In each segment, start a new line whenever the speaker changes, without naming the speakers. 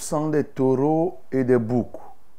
sang des taureaux et des boucs,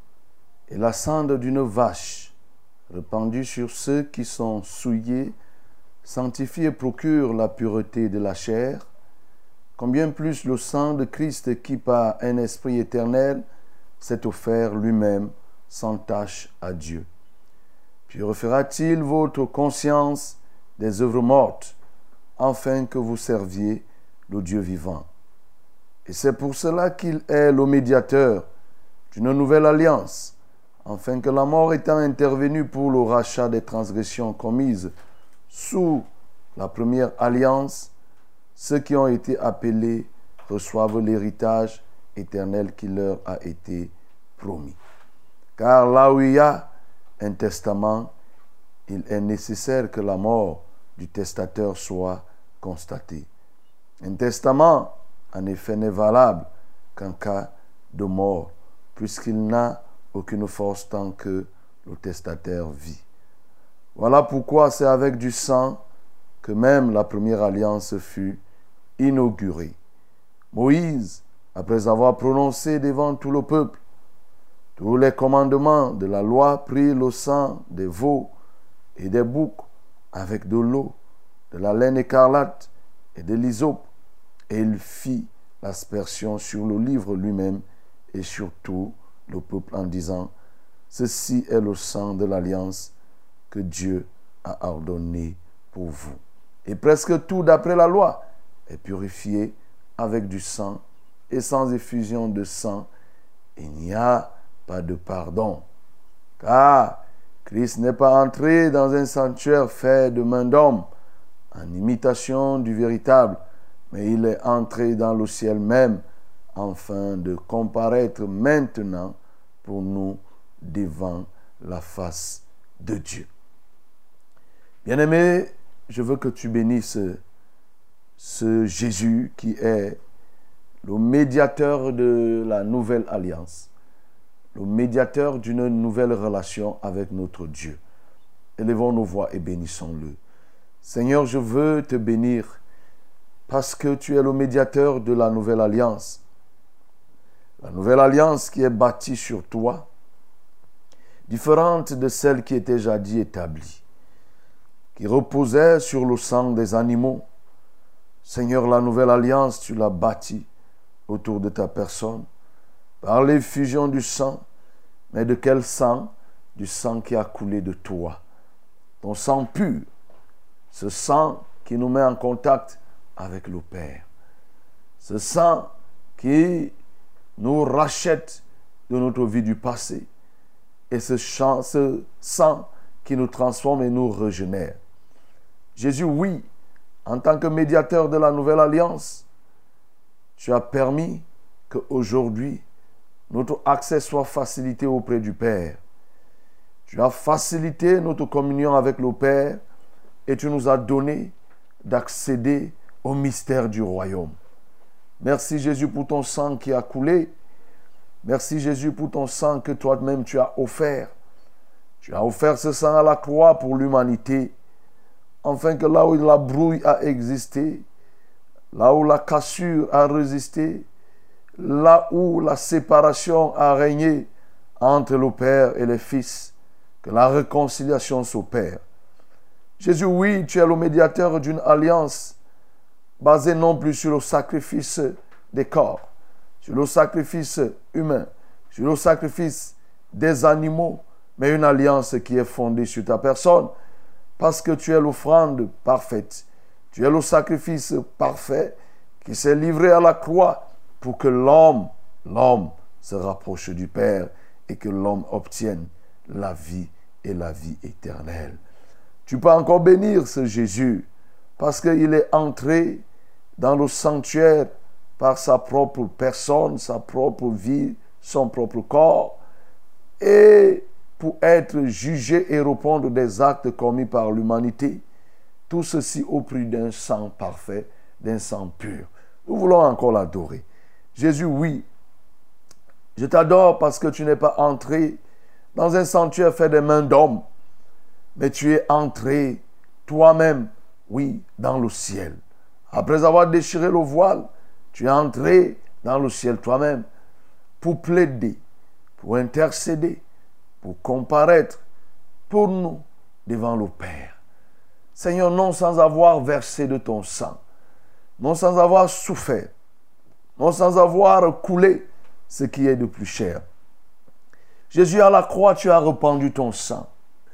et la cendre d'une vache, répandue sur ceux qui sont souillés, sanctifie et procure la pureté de la chair, combien plus le sang de Christ qui, par un esprit éternel, s'est offert lui-même sans tache à Dieu. Purifiera-t-il votre conscience des œuvres mortes, afin que vous serviez le Dieu vivant? Et c'est pour cela qu'il est le médiateur d'une nouvelle alliance, afin que la mort étant intervenue pour le rachat des transgressions commises sous la première alliance, ceux qui ont été appelés reçoivent l'héritage éternel qui leur a été promis. Car là où il y a un testament, il est nécessaire que la mort du testateur soit constatée. Un testament, en effet, n'est valable qu'en cas de mort, puisqu'il n'a aucune force tant que le testataire vit. Voilà pourquoi c'est avec du sang que même la première alliance fut inaugurée. Moïse, après avoir prononcé devant tout le peuple tous les commandements de la loi, prit le sang des veaux et des boucs avec de l'eau, de la laine écarlate et de l'hysope, et il fit l'aspersion sur le livre lui-même et sur tout le peuple en disant: ceci est le sang de l'alliance que Dieu a ordonné pour vous. Et presque tout d'après la loi est purifié avec du sang, et sans effusion de sang, il n'y a pas de pardon. Car Christ n'est pas entré dans un sanctuaire fait de main d'homme, en imitation du véritable, mais il est entré dans le ciel même, afin de comparaître maintenant pour nous devant la face de Dieu. Bien-aimé, je veux que tu bénisses ce Jésus qui est le médiateur de la nouvelle alliance, le médiateur d'une nouvelle relation avec notre Dieu. Élevons nos voix et bénissons-le. Seigneur, je veux te bénir parce que tu es le médiateur de la nouvelle alliance. La nouvelle alliance qui est bâtie sur toi, différente de celle qui était jadis établie, qui reposait sur le sang des animaux. Seigneur, la nouvelle alliance, tu l'as bâtie autour de ta personne, par l'effusion du sang. Mais de quel sang? Du sang qui a coulé de toi. Ton sang pur, ce sang qui nous met en contact avec le Père. Ce sang qui nous rachète de notre vie du passé. Et ce sang qui nous transforme et nous régénère. Jésus, oui, en tant que médiateur de la nouvelle alliance, tu as permis qu'aujourd'hui, notre accès soit facilité auprès du Père. Tu as facilité notre communion avec le Père et tu nous as donné d'accéder au mystère du royaume. Merci Jésus pour ton sang qui a coulé. Merci Jésus pour ton sang que toi-même tu as offert. Tu as offert ce sang à la croix pour l'humanité, afin que là où la brouille a existé, là où la cassure a résisté, là où la séparation a régné entre le Père et le Fils, que la réconciliation s'opère. Jésus, oui, tu es le médiateur d'une alliance basée non plus sur le sacrifice des corps, sur le sacrifice humain, sur le sacrifice des animaux, mais une alliance qui est fondée sur ta personne, parce que tu es l'offrande parfaite, tu es le sacrifice parfait qui s'est livré à la croix pour que l'homme se rapproche du Père et que l'homme obtienne la vie et la vie éternelle. Tu peux encore bénir ce Jésus parce qu'il est entré dans le sanctuaire par sa propre personne, sa propre vie, son propre corps, et pour être jugé et répondre des actes commis par l'humanité, tout ceci au prix d'un sang parfait, d'un sang pur. Nous voulons encore l'adorer. Jésus, oui, je t'adore parce que tu n'es pas entré dans un sanctuaire fait des mains d'hommes, mais tu es entré toi-même, oui, dans le ciel. Après avoir déchiré le voile, tu es entré dans le ciel toi-même. pour plaider, pour intercéder, pour comparaître pour nous devant le Père. Seigneur, non sans avoir versé de ton sang, non sans avoir souffert, non sans avoir coulé ce qui est de plus cher. Jésus, à la croix, tu as répandu ton sang.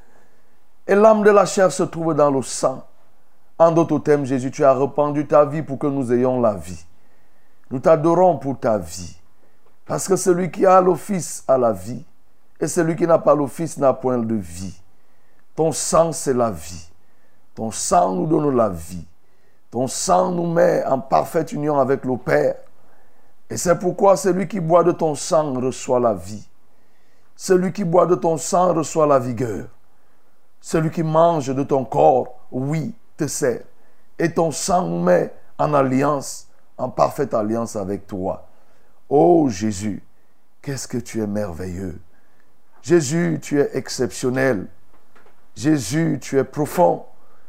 Et l'âme de la chair se trouve dans le sang. En d'autres termes, Jésus, tu as répandu ta vie pour que nous ayons la vie. Nous t'adorons pour ta vie. Parce que celui qui a le Fils a la vie. Et celui qui n'a pas le Fils n'a point de vie. Ton sang, c'est la vie. Ton sang nous donne la vie. Ton sang nous met en parfaite union avec le Père. Et c'est pourquoi celui qui boit de ton sang reçoit la vie. Celui qui boit de ton sang reçoit la vigueur. Celui qui mange de ton corps, oui, te sert. Et ton sang nous met en alliance, en parfaite alliance avec toi. Oh Jésus, qu'est-ce que tu es merveilleux. Jésus, tu es exceptionnel. Jésus, tu es profond.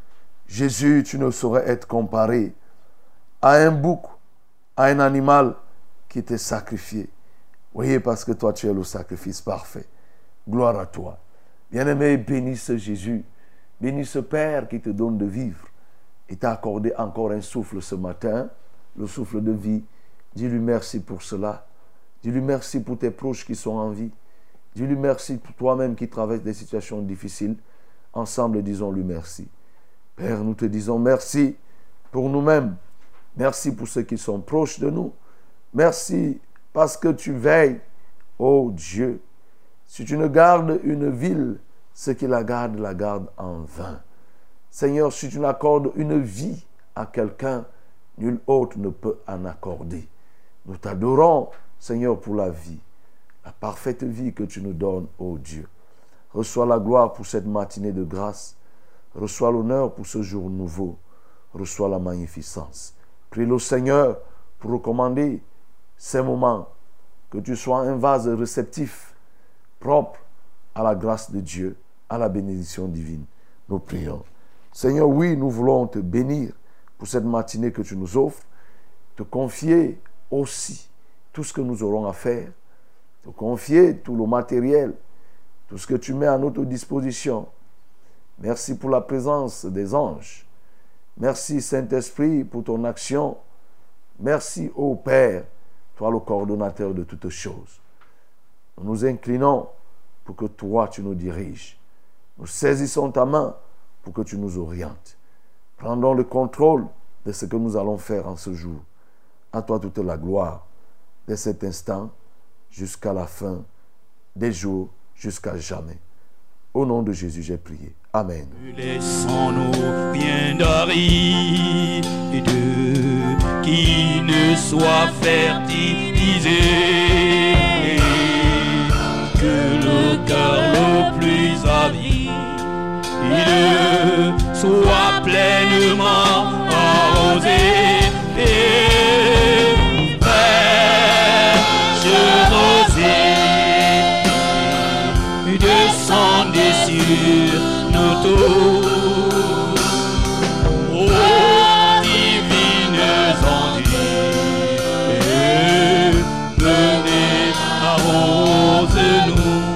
Jésus, tu ne saurais être comparé à un bouc, à un animal qui t'est sacrifié. Oui, parce que toi, tu es le sacrifice parfait. Gloire à toi. Bien-aimé, bénis ce Jésus. Bénis ce Père qui te donne de vivre. Il t'a accordé encore un souffle ce matin, le souffle de vie. Dis-lui merci pour cela. Dis-lui merci pour tes proches qui sont en vie. Dis-lui merci pour toi-même qui traverse des situations difficiles. Ensemble, disons-lui merci. Père, nous te disons merci pour nous-mêmes. Merci pour ceux qui sont proches de nous. Merci parce que tu veilles, ô Dieu. Si tu ne gardes une ville, ceux qui la gardent en vain. Seigneur, si tu n'accordes une vie à quelqu'un, nul autre ne peut en accorder. Nous t'adorons, Seigneur, pour la vie, la parfaite vie que tu nous donnes, ô Dieu. Reçois la gloire pour cette matinée de grâce. Reçois l'honneur pour ce jour nouveau. Reçois la magnificence. Prie le Seigneur pour recommander ces moments. Que tu sois un vase réceptif, propre à la grâce de Dieu, à la bénédiction divine. Nous prions. Seigneur, oui, nous voulons te bénir pour cette matinée que tu nous offres. Te confier aussi tout ce que nous aurons à faire. Te confier tout le matériel, tout ce que tu mets à notre disposition. Merci pour la présence des anges. Merci Saint-Esprit pour ton action. Merci ô Père, toi le coordonnateur de toutes choses. Nous nous inclinons pour que toi tu nous diriges. Nous saisissons ta main pour que tu nous orientes. Prendons le contrôle de ce que nous allons faire en ce jour. À toi toute la gloire, dès cet instant jusqu'à la fin des jours, jusqu'à jamais. Au nom de Jésus, j'ai prié. Amen.
Laissons-nous bien d'arides qui ne soient fertilisés, que le cœur le plus avide soit pleinement arrosé. Descendez sur nos tours, ô divines ondes, venez arrose-nous.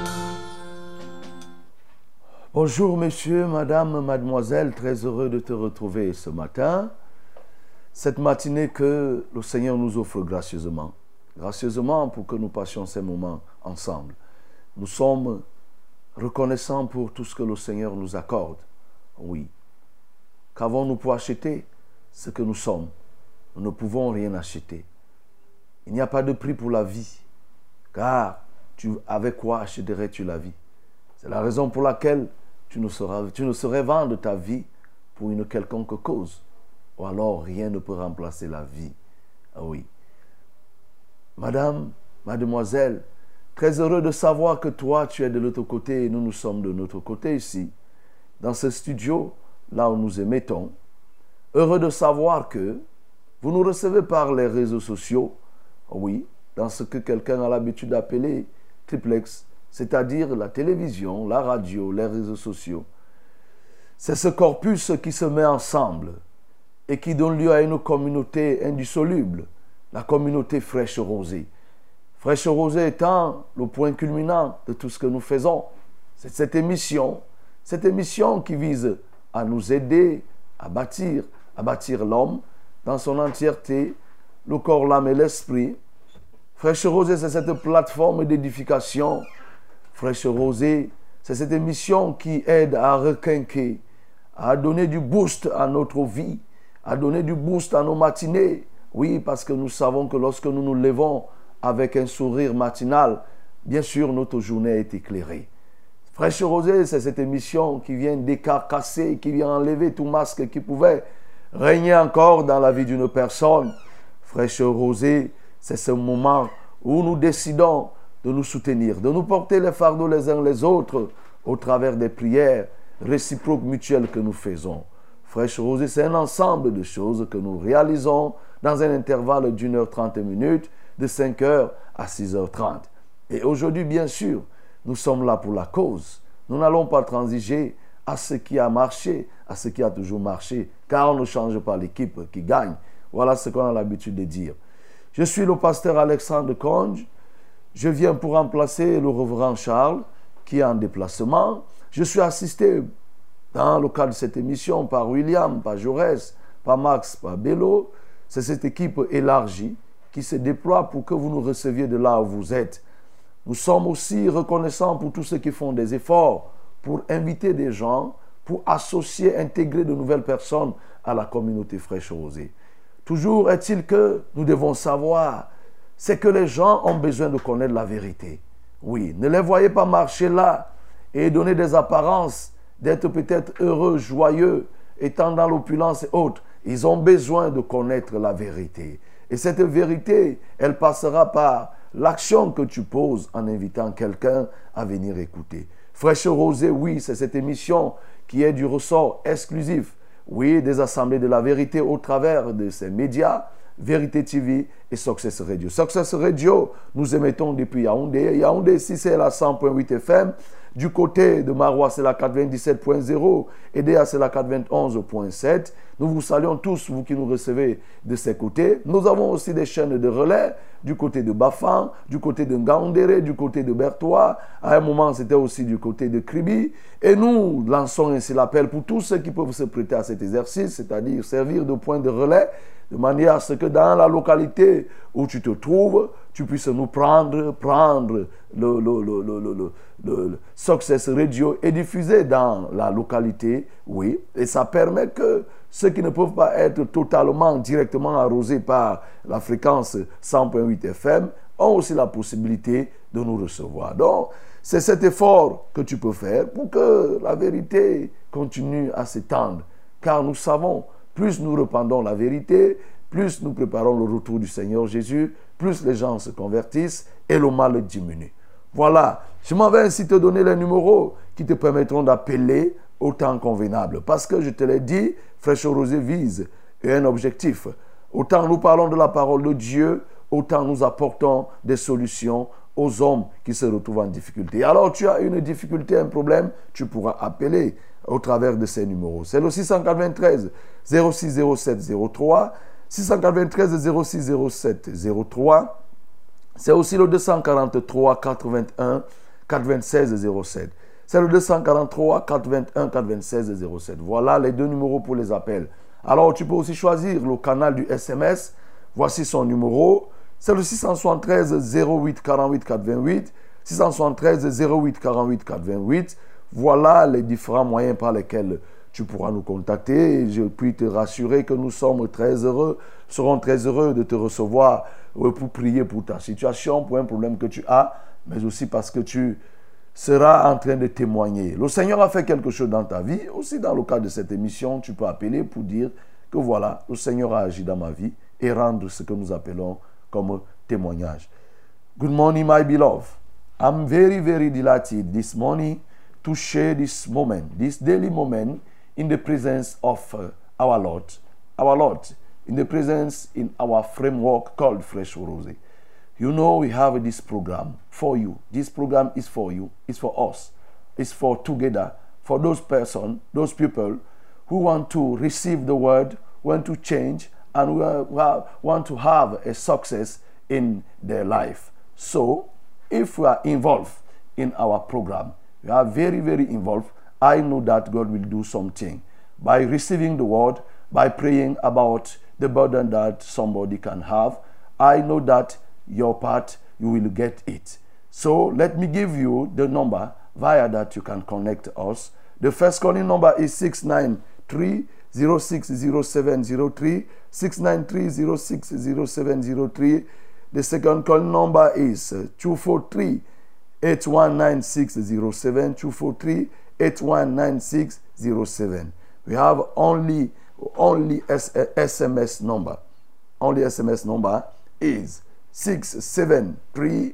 Bonjour messieurs, madame, mademoiselle, très heureux de te retrouver ce matin. Cette matinée que le Seigneur nous offre gracieusement. Gracieusement pour que nous passions ces moments ensemble. Nous sommes reconnaissants pour tout ce que le Seigneur nous accorde. Oui. Qu'avons-nous pour acheter ce que nous sommes? Nous ne pouvons rien acheter. Il n'y a pas de prix pour la vie. Car avec quoi achèterais-tu la vie? C'est la raison pour laquelle tu ne saurais vendre ta vie pour une quelconque cause. Ou alors rien ne peut remplacer la vie. Ah oui. Madame, mademoiselle, très heureux de savoir que toi, tu es de l'autre côté et nous sommes de notre côté ici, dans ce studio, là où nous émettons. Heureux de savoir que vous nous recevez par les réseaux sociaux, oui, dans ce que quelqu'un a l'habitude d'appeler triplex, c'est-à-dire la télévision, la radio, les réseaux sociaux. C'est ce corpus qui se met ensemble et qui donne lieu à une communauté indissoluble, la communauté fraîche rosée. Fraîche Rosée étant le point culminant de tout ce que nous faisons. C'est cette émission qui vise à nous aider à bâtir l'homme dans son entièreté, le corps, l'âme et l'esprit. Fraîche Rosée, c'est cette plateforme d'édification. Fraîche Rosée, c'est cette émission qui aide à requinquer, à donner du boost à notre vie, à donner du boost à nos matinées. Oui, parce que nous savons que lorsque nous nous levons avec un sourire matinal, bien sûr, notre journée est éclairée. Fraîche Rosée, c'est cette émission qui vient décarcasser, qui vient enlever tout masque qui pouvait régner encore dans la vie d'une personne. Fraîche Rosée, c'est ce moment où nous décidons de nous soutenir, de nous porter les fardeaux les uns les autres au travers des prières réciproques mutuelles que nous faisons. Fraîche Rosée, c'est un ensemble de choses que nous réalisons dans un intervalle d'1h30 de 5h à 6h30. Et aujourd'hui, bien sûr, nous sommes là pour la cause. Nous n'allons pas transiger à ce qui a marché, à ce qui a toujours marché, car on ne change pas l'équipe qui gagne. Voilà ce qu'on a l'habitude de dire. Je suis le pasteur Alexandre Conge. Je viens pour remplacer le révérend Charles, qui est en déplacement. Je suis assisté dans le cadre de cette émission par William, par Jaurès, par Max, par Bello. C'est cette équipe élargie qui se déploie pour que vous nous receviez de là où vous êtes. Nous sommes aussi reconnaissants pour tous ceux qui font des efforts pour inviter des gens, pour associer, intégrer de nouvelles personnes à la communauté Fraîche Rosée. Toujours est-il que nous devons savoir, c'est que les gens ont besoin de connaître la vérité. Oui, ne les voyez pas marcher là et donner des apparences, d'être peut-être heureux, joyeux, étant dans l'opulence et autres. Ils ont besoin de connaître la vérité. Et cette vérité, elle passera par l'action que tu poses en invitant quelqu'un à venir écouter. Fraîche Rosée, oui, c'est cette émission qui est du ressort exclusif, oui, des assemblées de la vérité au travers de ces médias, Vérité TV et Success Radio. Success Radio, nous émettons depuis Yaoundé. Yaoundé, ici, c'est la 100.8 FM. Du côté de Marois, c'est la 97.0. Edea, c'est la 91.7. Nous vous saluons tous, vous qui nous recevez de ces côtés. Nous avons aussi des chaînes de relais du côté de Bafang, du côté de Ngaoundéré, du côté de Bertois. À un moment, c'était aussi du côté de Kribi. Et nous lançons ainsi l'appel pour tous ceux qui peuvent se prêter à cet exercice, c'est-à-dire servir de point de relais, de manière à ce que dans la localité où tu te trouves, tu puisses nous prendre le Success Radio et diffuser dans la localité, oui. Et ça permet que ceux qui ne peuvent pas être totalement, directement arrosés par la fréquence 100.8 FM ont aussi la possibilité de nous recevoir. Donc, c'est cet effort que tu peux faire pour que la vérité continue à s'étendre. Car nous savons, plus nous répandons la vérité, plus nous préparons le retour du Seigneur Jésus, plus les gens se convertissent et le mal diminue. Voilà, je m'en vais ainsi te donner les numéros qui te permettront d'appeler au temps convenable. Parce que je te l'ai dit, Fraîche Rosée vise un objectif. Autant nous parlons de la parole de Dieu, autant nous apportons des solutions aux hommes qui se retrouvent en difficulté. Alors tu as une difficulté, un problème, tu pourras appeler au travers de ces numéros. C'est le 693 0607 03, 693 0607 03. C'est aussi le 243 81 96 07. C'est le 243 81 96 07. Voilà les deux numéros pour les appels. Alors tu peux aussi choisir le canal du SMS. Voici son numéro. C'est le 673 08 48 428. 673 08 48 428. Voilà les différents moyens par lesquels tu pourras nous contacter. Et je puis te rassurer que nous serons très heureux de te recevoir pour prier pour ta situation, pour un problème que tu as, mais aussi parce que tu seras en train de témoigner. Le Seigneur a fait quelque chose dans ta vie. Aussi dans le cadre de cette émission, tu peux appeler pour dire que voilà, le Seigneur a agi dans ma vie et rendre ce que nous appelons comme témoignage. Good morning, my beloved. I'm very, very delighted this morning to share this moment, this daily moment in the presence of our Lord, in the presence in our framework called Fraîche Rosée. You know we have this program for you. This program is for you. It's for us. It's for together, for those persons, those people who want to receive the word, want to change, and want to have a success in their life. So, if we are involved in our program, we are very, very involved, I know that God will do something by receiving the word, by praying about the burden that somebody can have. I know that your part, you will get it. So let me give you the number via that you can connect us. The first calling number is 693-060703, 693-060703. The second calling number is 243-819-607, 243-819-607. We have only SMS number. Only SMS number is 673-084888.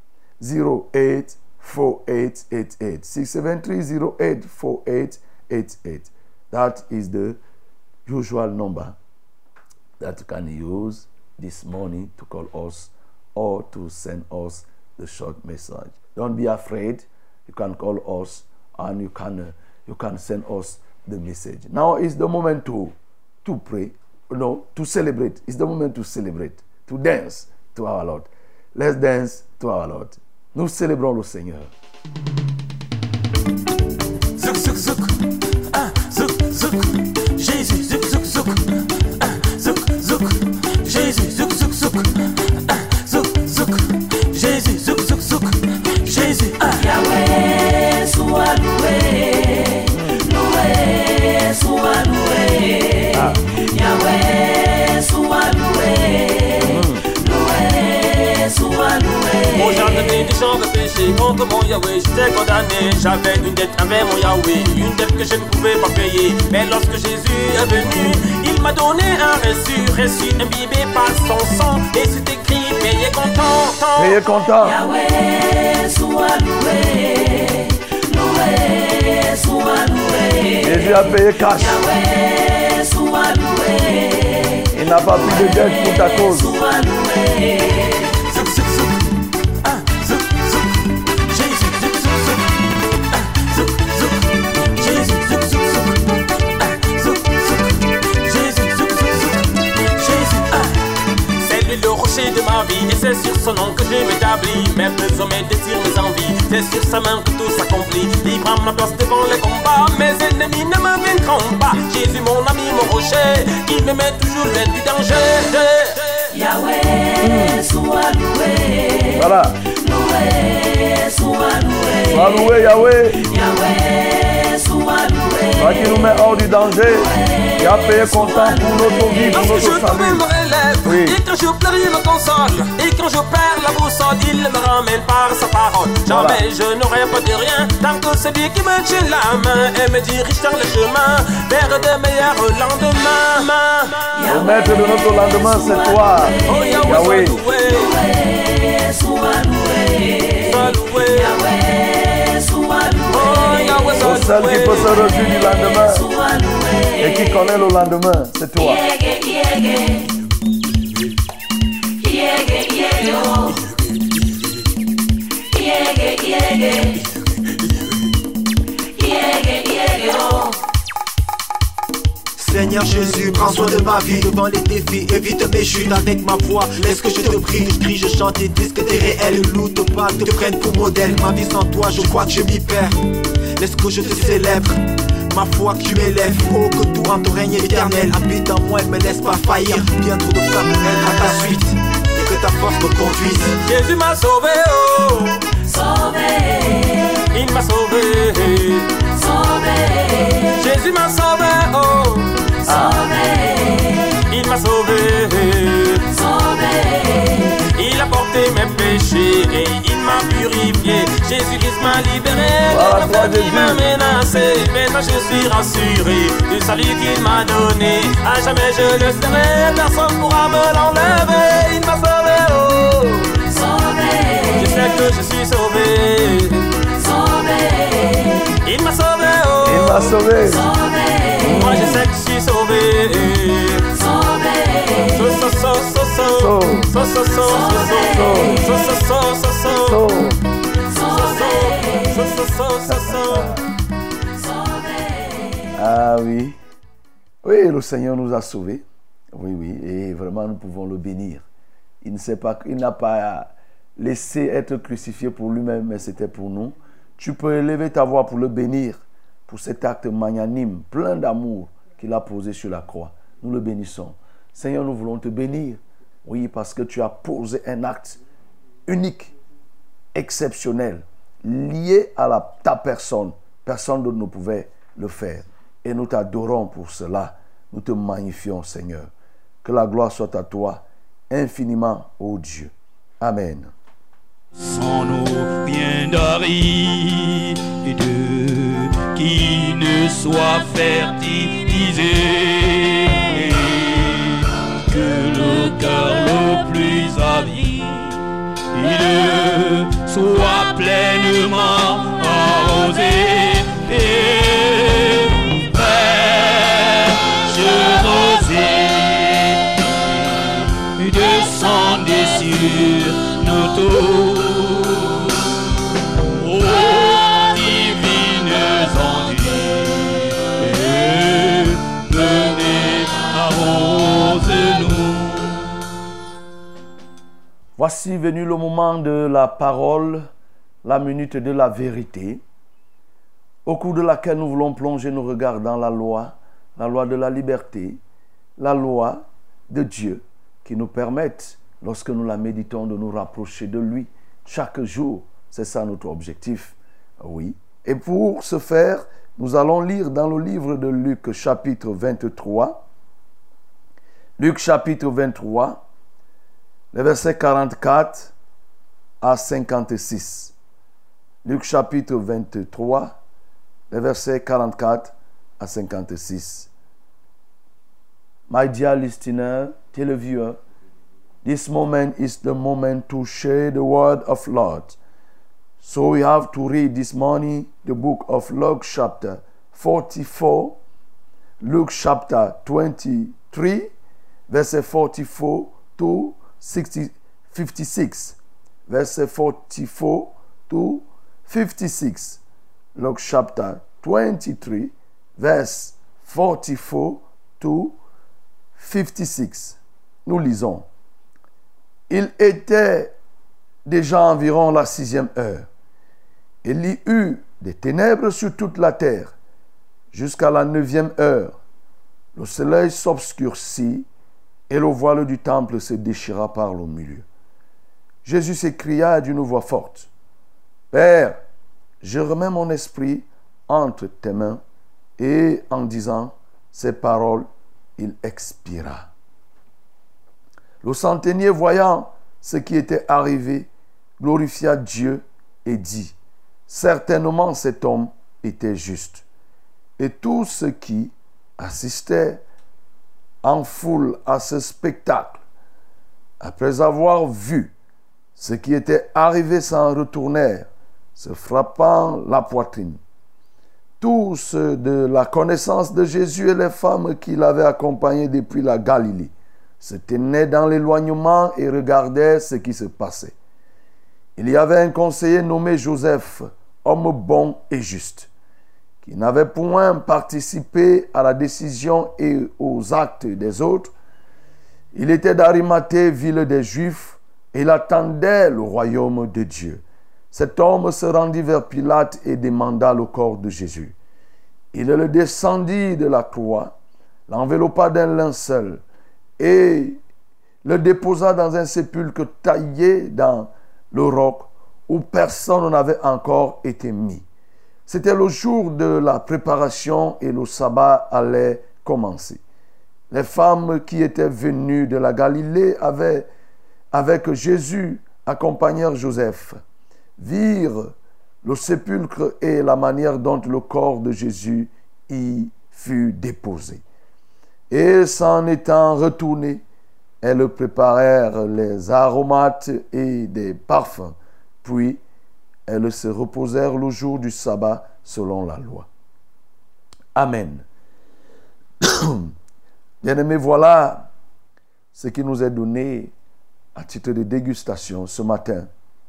673-084888. That is the usual number that you can use this morning to call us or to send us the short message. Don't be afraid. You can call us and you can send us the message. Now is the moment to pray, to celebrate. It's the moment to celebrate, to dance to our Lord. Let's dance to our Lord. Nous célébrons le Seigneur.
Zouk, zouk, zouk. Zouk, zouk. Jésus, zouk, zouk, zouk. Zouk, zouk. Jésus, zouk, zouk, zouk. Zouk, zouk. Jésus, zouk, zouk, zouk. Jésus,
Yahweh, sois loué. Loué, sois loué. Yahweh, sois loué. Loué, sois loué.
Mon jardin des gens de péché contre mon Yahweh, j'étais condamné. J'avais une dette avec mon Yahweh, une dette que je ne pouvais pas payer. Mais lorsque Jésus est venu, il m'a donné un reçu imbibé par son sang. Et c'est écrit, payé content.
Payé content.
Yahweh, sois loué. Loué, sois loué.
Jésus a payé cash.
Yahweh, sois loué.
Il n'a pas pris de dette pour ta cause.
Sois loué.
Zouk, zouk, zouk. Zouk, zouk. Jésus, zouk, zouk, zouk. Zouk, zouk. Jésus, zouk, zouk, zouk. Zouk, zouk. Jésus, zouk, zouk, zouk. Jésus, c'est lui le rocher de ma vie, et c'est sur son nom que je m'établis. Mes besoins, mes désirs, mes envies, c'est sur sa main que tout s'accomplit. Il prend ma place devant les combats, mes ennemis ne me vaincront pas. Jésus, mon ami, mon rocher, il me met toujours loin du danger.
Yahweh, sois loué.
Voilà.
Loué, sois loué.
Sois loué, Yahweh.
Yahweh, sois loué.
Toi qui nous met hors du danger. Tu as payé content pour notre vie, pour
Lorsque je
notre
tombe, il
salut.
me relève.
Oui.
Et quand je pleure, il me console. Et quand je perds la boussole, il me ramène par sa parole. Jamais je n'aurais pas de rien tant que celui qui me tient la main et me dirige dans le chemin vers de meilleurs lendemains.
Le maître de notre lendemain, c'est toi.
Oh Yahweh,
Yahweh.
sois loué.
Sois loué.
Sois loué.
Yahweh, sois loué.
Oh Yahweh,
Au
sois
seul qui peut se
loué.
réjouir du lendemain
Sois loué.
et qui connaît le lendemain, c'est toi.
Yégué, yégué. Yégué, yégué, oh. Yégué, yégué. Yégué, yégué, oh.
Seigneur Jésus, prends soin de ma vie devant les défis, évite mes chutes avec ma voix. Laisse que je te prie, je crie, je chante et dis que t'es réel. Loue te pas, te prenne pour modèle. Ma vie sans toi, je crois que je m'y perds. Laisse que je te célèbre, ma foi que tu m'élèves. Oh, que tout en ton règne éternel habite en moi et me laisse pas faillir. Bien trop de femmes pour être à ta suite et que ta force me conduise.
Jésus m'a sauvé, oh.
Sauvé,
Il m'a sauvé.
sauvé,
Jésus m'a sauvé, oh.
sauvé,
Il m'a sauvé.
sauvé.
Il a porté mes péchés et il m'a purifié. Jésus-Christ m'a libéré.
Voilà,
Le
toi,
peuple qui
Jésus.
m'a menacé, maintenant je suis rassuré du salut qu'il m'a donné. À jamais je le serai, personne pourra me l'enlever. Il m'a sauvé, oh.
Sauvé,
Je sais que je suis sauvé.
sauvé,
Il m'a sauvé, oh.
Il m'a sauvé.
sauvé,
Moi je sais que je suis sauvé.
sauvé.
So, so, so, so, so. So, so, so, so, so. So, so, so, so, so.
So, ah oui. Oui, le Seigneur nous a sauvés. Oui, oui. Et vraiment, nous pouvons le bénir. Il n'a pas laissé être crucifié pour lui-même, mais c'était pour nous. Tu peux élever ta voix pour le bénir, pour cet acte magnanime, plein d'amour qu'il a posé sur la croix. Nous le bénissons. Seigneur, nous voulons te bénir. Oui, parce que tu as posé un acte unique, exceptionnel, lié à ta personne. Personne d'autre ne pouvait le faire. Et nous t'adorons pour cela. Nous te magnifions, Seigneur. Que la gloire soit à toi infiniment, ô Dieu. Amen.
Sans nous rien d'aride qui ne soit fertilisé, que le cœur le plus avide soit pleinement arrosé et fraîche rosée descendez sur nous tous.
Voici venu le moment de la parole, la minute de la vérité, au cours de laquelle nous voulons plonger nos regards dans la loi de la liberté, la loi de Dieu, qui nous permette, lorsque nous la méditons, de nous rapprocher de lui chaque jour. C'est ça notre objectif. Oui. Et pour ce faire, nous allons lire dans le livre de Luc, chapitre 23. Luc, chapitre 23. Les versets 44 à 56. Luc chapitre 23, les versets 44 à 56. My dear listener, dear viewer, this moment is the moment to share the word of Lord. So we have to read this morning the book of Luke chapter 44, Luke chapter 23, verset 44 to 56, verset 44 to 56. Luke chapter 23, verse 44 to 56. Nous lisons. Il était déjà environ la 6e heure. Il y eut des ténèbres sur toute la terre jusqu'à la 9e heure. Le soleil s'obscurcit et le voile du temple se déchira par le milieu. Jésus s'écria d'une voix forte, « Père, je remets mon esprit entre tes mains. » Et en disant ces paroles, il expira. Le centenier, voyant ce qui était arrivé, glorifia Dieu et dit, « Certainement cet homme était juste. » Et tous ceux qui assistaient en foule à ce spectacle, après avoir vu ce qui était arrivé, s'en retournèrent, se frappant la poitrine. Tous ceux de la connaissance de Jésus et les femmes qui l'avaient accompagné depuis la Galilée se tenaient dans l'éloignement et regardaient ce qui se passait. Il y avait un conseiller nommé Joseph, homme bon et juste, qui n'avait point participé à la décision et aux actes des autres. Il était d'Arimathée, ville des Juifs, et il attendait le royaume de Dieu. Cet homme se rendit vers Pilate et demanda le corps de Jésus. Il le descendit de la croix, l'enveloppa d'un linceul et le déposa dans un sépulcre taillé dans le roc où personne n'avait encore été mis. C'était le jour de la préparation et le sabbat allait commencer. Les femmes qui étaient venues de la Galilée avec Jésus accompagnèrent Joseph, virent le sépulcre et la manière dont le corps de Jésus y fut déposé. Et s'en étant retournées, elles préparèrent les aromates et des parfums, puis elles se reposèrent le jour du sabbat selon la loi. Amen. Bien-aimés, voilà ce qui nous est donné à titre de dégustation ce matin.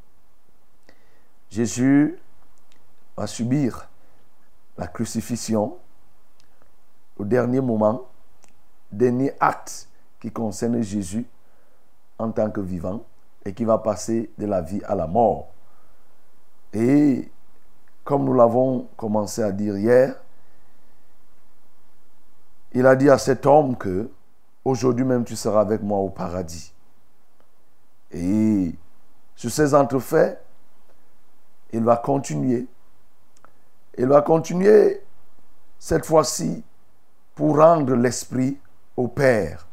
Jésus va subir la crucifixion au dernier moment, dernier acte qui concerne Jésus en tant que vivant. et qui va passer de la vie à la mort. Et comme nous l'avons commencé à dire hier, il a dit à cet homme que aujourd'hui même tu seras avec moi au paradis. Et sur ces entrefaits, il va continuer. Il va continuer cette fois-ci pour rendre l'esprit au Père.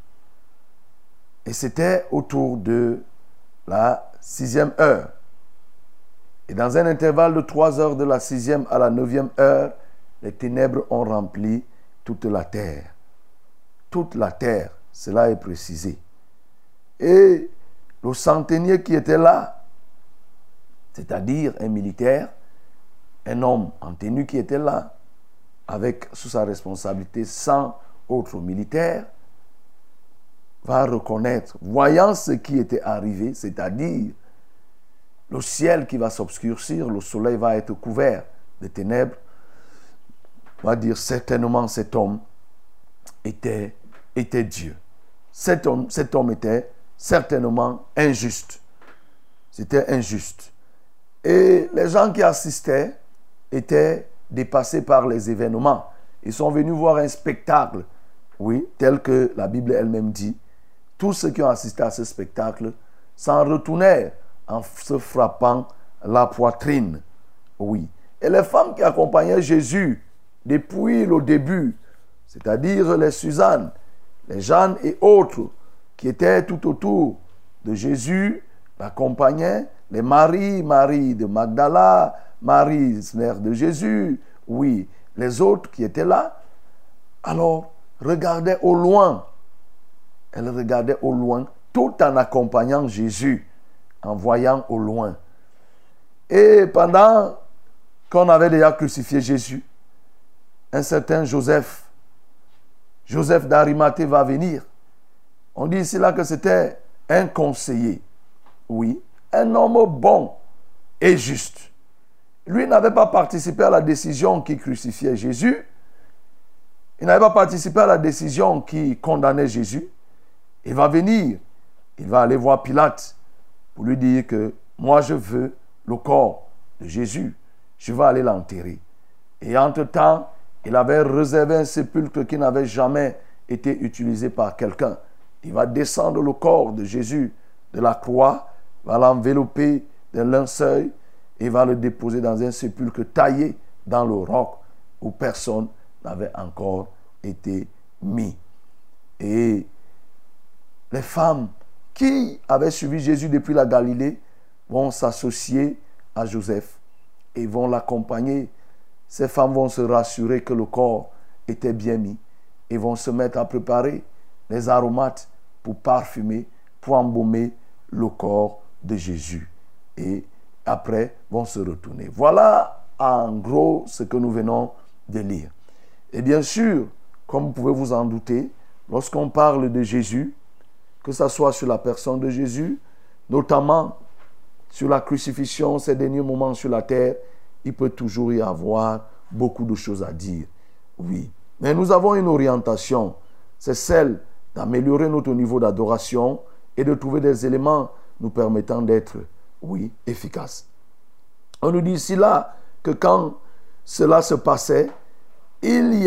Et c'était autour de la 6e heure. Et dans un intervalle de 3 heures de la 6e à la 9e heure, les ténèbres ont rempli toute la terre. Toute la terre, cela est précisé. Et le centenier qui était là, c'est-à-dire un militaire, un homme en tenue qui était là, avec sous sa responsabilité 100 autres militaires, va reconnaître, voyant ce qui était arrivé, c'est-à-dire le ciel qui va s'obscurcir, le soleil va être couvert de ténèbres, va dire certainement cet homme était Dieu. Cet homme était certainement injuste. C'était injuste. Et les gens qui assistaient étaient dépassés par les événements. Ils sont venus voir un spectacle, oui, tel que la Bible elle-même dit. Tous ceux qui ont assisté à ce spectacle s'en retournèrent en se frappant la poitrine. Oui. Et les femmes qui accompagnaient Jésus depuis le début, c'est-à-dire les Suzanne, les Jeanne et autres qui étaient tout autour de Jésus, l'accompagnaient, les Marie de Magdala, Marie, mère de Jésus, oui, les autres qui étaient là, alors regardaient au loin. Elles regardaient au loin tout en accompagnant Jésus, en voyant au loin. Et pendant qu'on avait déjà crucifié Jésus, un certain Joseph d'Arimathée va venir. On dit ici là que c'était un conseiller. Oui, un homme bon et juste. Lui n'avait pas participé à la décision qui crucifiait Jésus. Il n'avait pas participé à la décision qui condamnait Jésus. Il va venir, il va aller voir Pilate pour lui dire que moi je veux le corps de Jésus. Je vais aller l'enterrer. Et entre-temps, il avait réservé un sépulcre qui n'avait jamais été utilisé par quelqu'un. Il va descendre le corps de Jésus de la croix, va l'envelopper d'un linceul et va le déposer dans un sépulcre taillé dans le roc où personne n'avait encore été mis. Et les femmes qui avaient suivi Jésus depuis la Galilée vont s'associer à Joseph et vont l'accompagner. Ces femmes vont se rassurer que le corps était bien mis et vont se mettre à préparer les aromates pour parfumer, pour embaumer le corps de Jésus. Et après, vont se retourner. Voilà en gros ce que nous venons de lire. Et bien sûr, comme vous pouvez vous en douter, lorsqu'on parle de Jésus, que ce soit sur la personne de Jésus, notamment sur la crucifixion, ces derniers moments sur la terre, il peut toujours y avoir beaucoup de choses à dire. Oui. Mais nous avons une orientation. C'est celle d'améliorer notre niveau d'adoration et de trouver des éléments nous permettant d'être, oui, efficaces. On nous dit ici là que quand cela se passait, il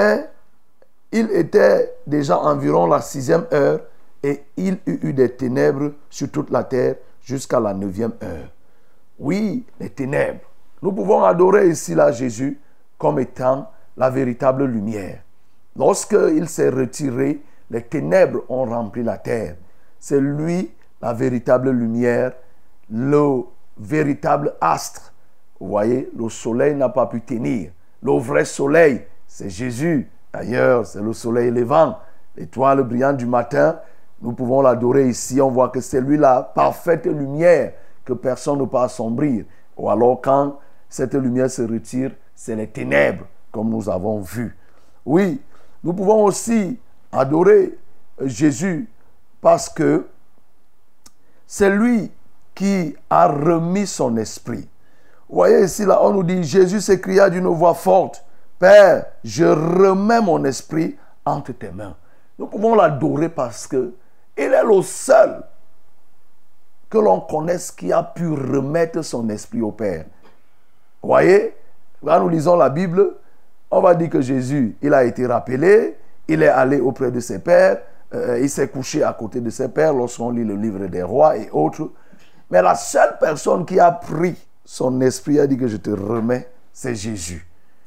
était déjà environ la 6e heure et il y eut des ténèbres sur toute la terre jusqu'à la 9e heure. Oui, les ténèbres. Nous pouvons adorer ici là Jésus comme étant la véritable lumière. Lorsqu'il s'est retiré, les ténèbres ont rempli la terre. C'est lui la véritable lumière, le véritable astre. Vous voyez, le soleil n'a pas pu tenir. Le vrai soleil, c'est Jésus. D'ailleurs, c'est le soleil levant, l'étoile brillante du matin. Nous pouvons l'adorer ici. On voit que c'est lui la parfaite lumière que personne ne peut assombrir. Ou alors quand cette lumière se retire, c'est les ténèbres, comme nous avons vu. Oui, nous pouvons aussi adorer Jésus parce que c'est lui qui a remis son esprit. Vous voyez ici, là, on nous dit, Jésus s'écria d'une voix forte, Père, je remets mon esprit entre tes mains. Nous pouvons l'adorer parce que il est le seul que l'on connaisse qui a pu remettre son esprit au Père. Vous voyez, quand nous lisons la Bible, on va dire que Jésus, il a été rappelé, il est allé auprès de ses pères, il s'est couché à côté de ses pères lorsqu'on lit le livre des rois et autres. Mais la seule personne qui a pris son esprit, a dit que je te remets, c'est Jésus.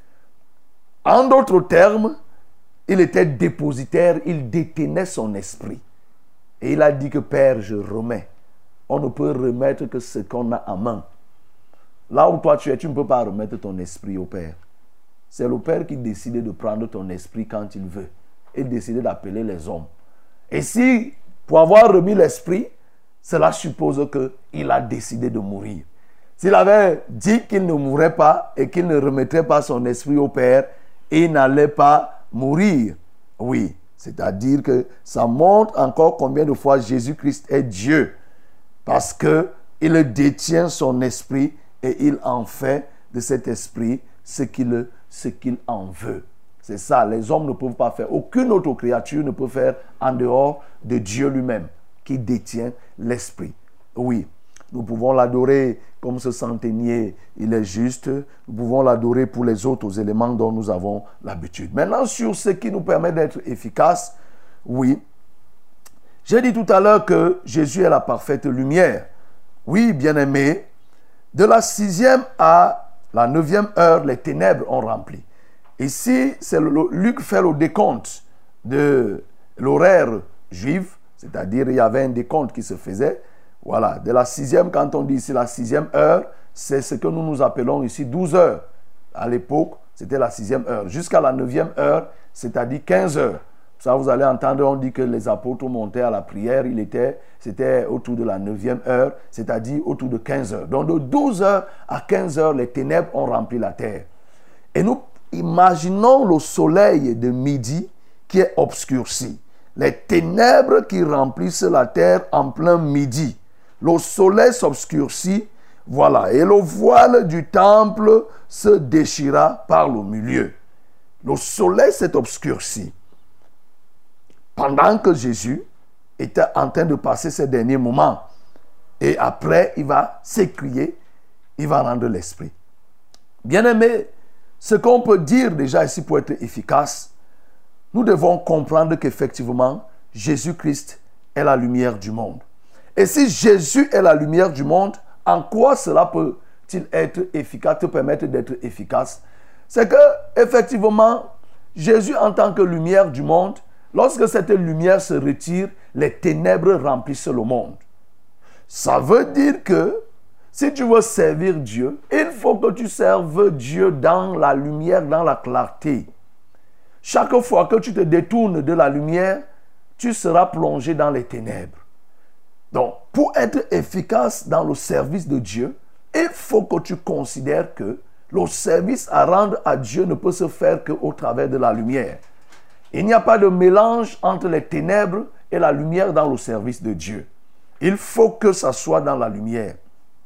En d'autres termes, il était dépositaire, il détenait son esprit. Et il a dit que Père, je remets. On ne peut remettre que ce qu'on a en main. Là où toi tu es, tu ne peux pas remettre ton esprit au Père. C'est le Père qui décide de prendre ton esprit quand il veut et décide d'appeler les hommes. Et si, pour avoir remis l'esprit, cela suppose qu'il a décidé de mourir. S'il avait dit qu'il ne mourrait pas et qu'il ne remettrait pas son esprit au Père, il n'allait pas mourir. Oui, c'est-à-dire que ça montre encore combien de fois Jésus-Christ est Dieu. Parce qu'il détient son esprit et il en fait de cet esprit ce qu'il en veut. C'est ça, les hommes ne peuvent pas faire. Aucune autre créature ne peut faire en dehors de Dieu lui-même qui détient l'esprit. Oui, nous pouvons l'adorer comme ce centenier, il est juste. Nous pouvons l'adorer pour les autres éléments dont nous avons l'habitude. Maintenant, sur ce qui nous permet d'être efficaces, oui, j'ai dit tout à l'heure que Jésus est la parfaite lumière. Oui, bien-aimé, de la 6e à la 9e heure, les ténèbres ont rempli. Ici, Luc fait le décompte de l'horaire juif, c'est-à-dire il y avait un décompte qui se faisait. Voilà, de la 6e, quand on dit ici la 6e heure, c'est ce que nous appelons ici 12 heures. À l'époque, c'était la 6e heure. Jusqu'à la 9e heure, c'est-à-dire 15 heures. Ça, vous allez entendre, on dit que les apôtres montaient à la prière, c'était autour de la 9e heure, c'est-à-dire autour de 15 heures. Donc de 12 heures à 15 heures, les ténèbres ont rempli la terre. Et nous imaginons le soleil de midi qui est obscurci. Les ténèbres qui remplissent la terre en plein midi. Le soleil s'obscurcit, voilà, et le voile du temple se déchira par le milieu. Le soleil s'est obscurci. Pendant que Jésus était en train de passer ses derniers moments. Et après, il va s'écrier, il va rendre l'esprit. Bien-aimés, ce qu'on peut dire déjà ici pour être efficace, nous devons comprendre qu'effectivement, Jésus-Christ est la lumière du monde. Et si Jésus est la lumière du monde, en quoi cela peut-il être efficace, te permettre d'être efficace? C'est que, effectivement, Jésus en tant que lumière du monde, lorsque cette lumière se retire, les ténèbres remplissent le monde. Ça veut dire que si tu veux servir Dieu, il faut que tu serves Dieu dans la lumière, dans la clarté. Chaque fois que tu te détournes de la lumière, tu seras plongé dans les ténèbres. Donc, pour être efficace dans le service de Dieu, il faut que tu considères que le service à rendre à Dieu ne peut se faire qu'au travers de la lumière. Il n'y a pas de mélange entre les ténèbres et la lumière dans le service de Dieu. Il faut que ça soit dans la lumière.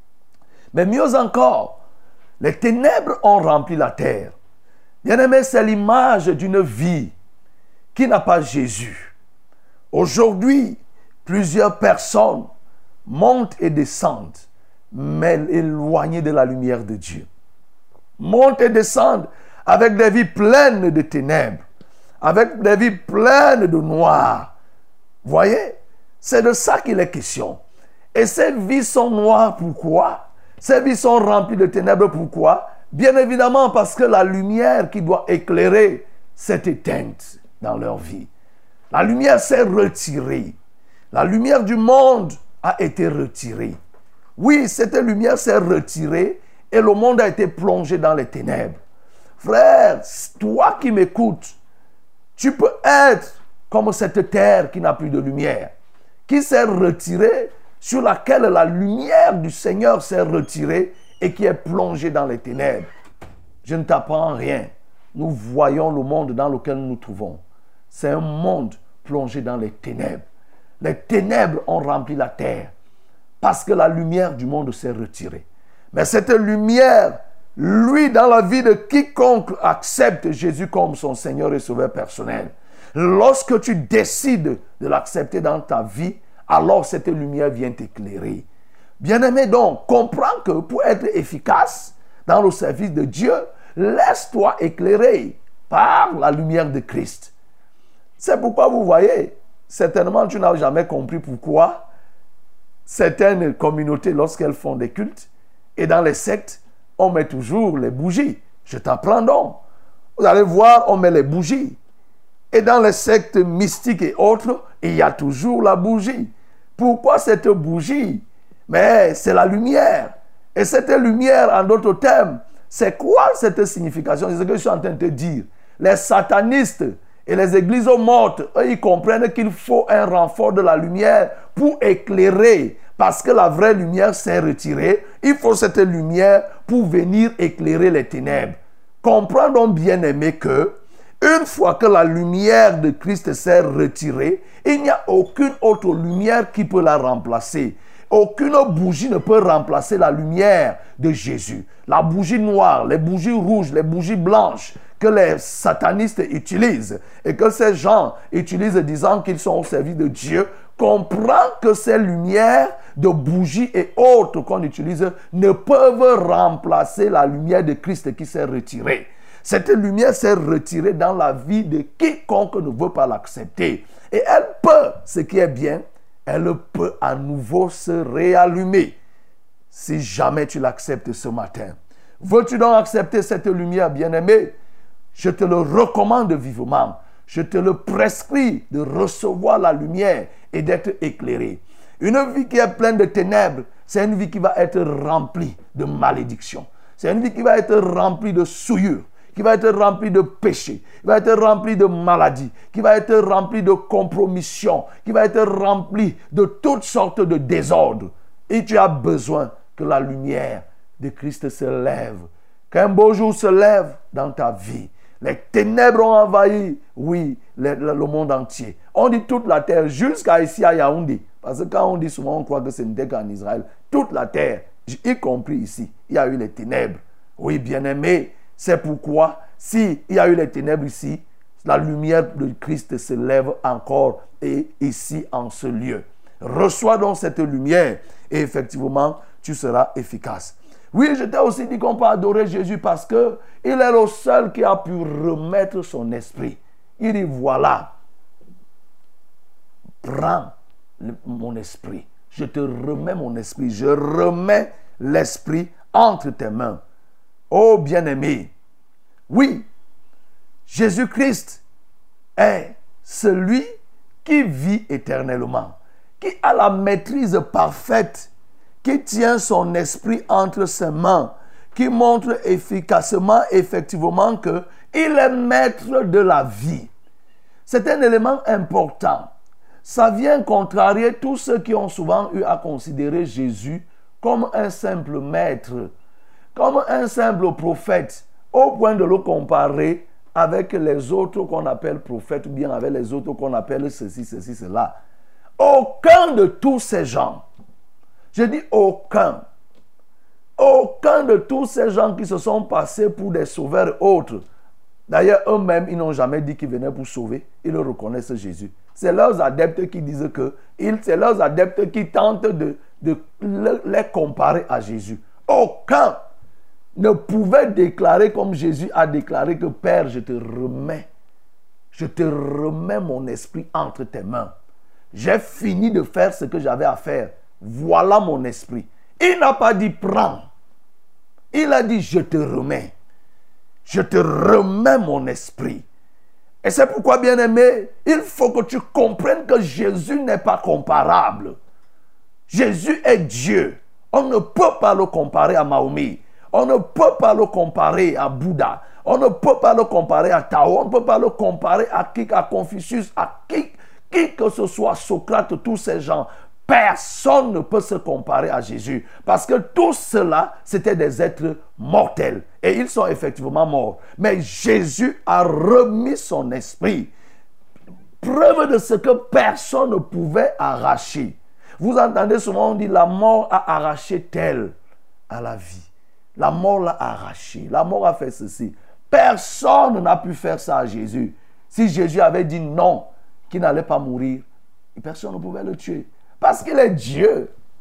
Mais mieux encore, les ténèbres ont rempli la terre. Bien-aimé, c'est l'image d'une vie qui n'a pas Jésus. Aujourd'hui, plusieurs personnes montent et descendent, mais éloignées de la lumière de Dieu. Montent et descendent avec des vies pleines de ténèbres, avec des vies pleines de noir. Vous voyez, c'est de ça qu'il est question. Et ces vies sont noires, pourquoi? Ces vies sont remplies de ténèbres, pourquoi? Bien évidemment parce que la lumière qui doit éclairer s'est éteinte dans leur vie. La lumière s'est retirée. La lumière du monde a été retirée. Oui, cette lumière s'est retirée et le monde a été plongé dans les ténèbres. Frère, toi qui m'écoutes, tu peux être comme cette terre qui n'a plus de lumière, qui s'est retirée, sur laquelle la lumière du Seigneur s'est retirée et qui est plongée dans les ténèbres. Je ne t'apprends rien. Nous voyons le monde dans lequel nous nous trouvons. C'est un monde plongé dans les ténèbres. Les ténèbres ont rempli la terre parce que la lumière du monde s'est retirée. Mais cette lumière, lui, dans la vie de quiconque accepte Jésus comme son Seigneur et Sauveur personnel, lorsque tu décides de l'accepter dans ta vie, alors cette lumière vient t'éclairer. Bien-aimé, donc, comprends que pour être efficace dans le service de Dieu, laisse-toi éclairer par la lumière de Christ. C'est pourquoi vous voyez, certainement tu n'as jamais compris pourquoi certaines communautés, lorsqu'elles font des cultes, et dans les sectes, on met toujours les bougies. Je t'apprends donc. Vous allez voir, on met les bougies. Et dans les sectes mystiques et autres, il y a toujours la bougie. Pourquoi cette bougie? Mais c'est la lumière. Et cette lumière, en d'autres termes, c'est quoi cette signification? C'est ce que je suis en train de te dire. Les satanistes et les églises mortes, eux, ils comprennent qu'il faut un renfort de la lumière pour éclairer. Parce que la vraie lumière s'est retirée. Il faut cette lumière pour venir éclairer les ténèbres. Comprends donc, bien-aimé, que une fois que la lumière de Christ s'est retirée, il n'y a aucune autre lumière qui peut la remplacer. Aucune bougie ne peut remplacer la lumière de Jésus. La bougie noire, les bougies rouges, les bougies blanches que les satanistes utilisent et que ces gens utilisent disant qu'ils sont au service de Dieu, comprends que ces lumières de bougies et autres qu'on utilise ne peuvent remplacer la lumière de Christ qui s'est retirée. Cette lumière s'est retirée dans la vie de quiconque ne veut pas l'accepter. Et elle peut, ce qui est bien, elle peut à nouveau se réallumer si jamais tu l'acceptes ce matin. Veux-tu donc accepter cette lumière, bien-aimé? Je te le recommande vivement. Je te le prescris de recevoir la lumière et d'être éclairé. Une vie qui est pleine de ténèbres, c'est une vie qui va être remplie de malédictions. C'est une vie qui va être remplie de souillures, qui va être remplie de péchés, qui va être remplie de maladies, qui va être remplie de compromissions, qui va être remplie de toutes sortes de désordres. Et tu as besoin que la lumière de Christ se lève, qu'un beau jour se lève dans ta vie. Les ténèbres ont envahi, oui, le monde entier. On dit toute la terre, jusqu'à ici à Yaoundé. Parce que quand on dit souvent, on croit que ce n'était qu'en Israël. Toute la terre, y compris ici, il y a eu les ténèbres. Oui, bien-aimé, c'est pourquoi, s'il y a eu les ténèbres ici, la lumière de Christ se lève encore et ici en ce lieu. Reçois donc cette lumière et effectivement, tu seras efficace. Oui, je t'ai aussi dit qu'on peut adorer Jésus parce qu'il est le seul qui a pu remettre son esprit. Il dit, voilà, prends mon esprit. Je te remets mon esprit. Je remets l'esprit entre tes mains. Oh bien-aimé, oui, Jésus-Christ est celui qui vit éternellement, qui a la maîtrise parfaite, qui tient son esprit entre ses mains, qui montre efficacement, effectivement, qu'il est maître de la vie. C'est un élément important. Ça vient contrarier tous ceux qui ont souvent eu à considérer Jésus comme un simple maître, comme un simple prophète, au point de le comparer avec les autres qu'on appelle prophètes ou bien avec les autres qu'on appelle ceci, cela. Aucun de tous ces gens, je dis aucun de tous ces gens qui se sont passés pour des sauveurs autres. D'ailleurs, eux-mêmes, ils n'ont jamais dit qu'ils venaient pour sauver. Ils reconnaissent Jésus. C'est leurs adeptes qui disent que... C'est leurs adeptes qui tentent de les comparer à Jésus. Aucun ne pouvait déclarer comme Jésus a déclaré que Père, je te remets mon esprit entre tes mains. J'ai fini de faire ce que j'avais à faire. Voilà mon esprit. Il n'a pas dit prends. Il a dit je te remets. Je te remets mon esprit. Et c'est pourquoi, bien-aimé, il faut que tu comprennes que Jésus n'est pas comparable. Jésus est Dieu. On ne peut pas le comparer à Mahomet. On ne peut pas le comparer à Bouddha. On ne peut pas le comparer à Tao. On ne peut pas le comparer à Confucius, à qui que ce soit, Socrate, tous ces gens. Personne ne peut se comparer à Jésus. Parce que tous ceux-là, c'était des êtres mortels. Et ils sont effectivement morts. Mais Jésus a remis son esprit. Preuve de ce que personne ne pouvait arracher. Vous entendez souvent, on dit la mort a arraché tel à la vie. La mort l'a arraché. La mort a fait ceci. Personne n'a pu faire ça à Jésus. Si Jésus avait dit non, qu'il n'allait pas mourir, personne ne pouvait le tuer. Parce qu'il est Dieu.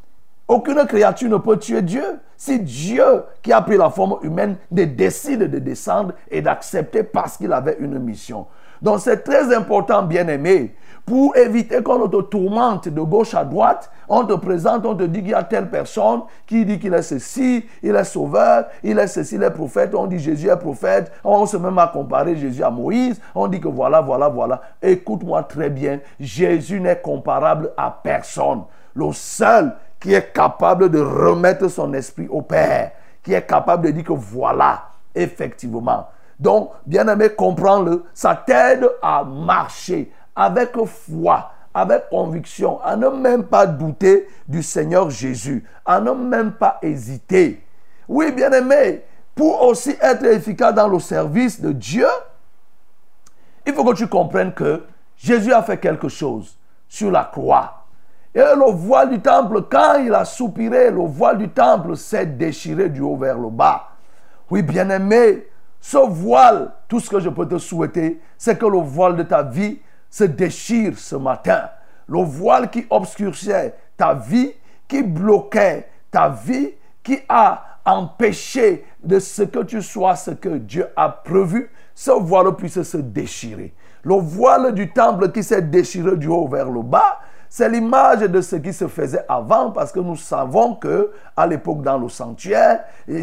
Aucune créature ne peut tuer Dieu. Si Dieu, qui a pris la forme humaine, décide de descendre et d'accepter parce qu'il avait une mission. Donc c'est très important, bien-aimé, pour éviter qu'on te tourmente de gauche à droite. On te présente, on te dit qu'il y a telle personne qui dit qu'il est ceci, il est sauveur, il est ceci, il est prophète. On dit Jésus est prophète. On se met à comparer Jésus à Moïse. On dit que voilà. Écoute-moi très bien. Jésus n'est comparable à personne. Le seul qui est capable de remettre son esprit au Père, qui est capable de dire que voilà, effectivement. Donc, bien-aimé, comprends-le. Ça t'aide à marcher avec foi, avec conviction, à ne même pas douter du Seigneur Jésus, à ne même pas hésiter. Oui, bien-aimé, pour aussi être efficace dans le service de Dieu, il faut que tu comprennes que Jésus a fait quelque chose sur la croix. Et le voile du temple, quand il a soupiré, le voile du temple s'est déchiré du haut vers le bas. Oui, bien-aimé, ce voile, tout ce que je peux te souhaiter, c'est que le voile de ta vie se déchire ce matin. Le voile qui obscurcissait ta vie, qui bloquait ta vie, qui a empêché de ce que tu sois ce que Dieu a prévu, ce voile puisse se déchirer. Le voile du temple qui s'est déchiré du haut vers le bas, c'est l'image de ce qui se faisait avant, parce que nous savons que à l'époque dans le sanctuaire,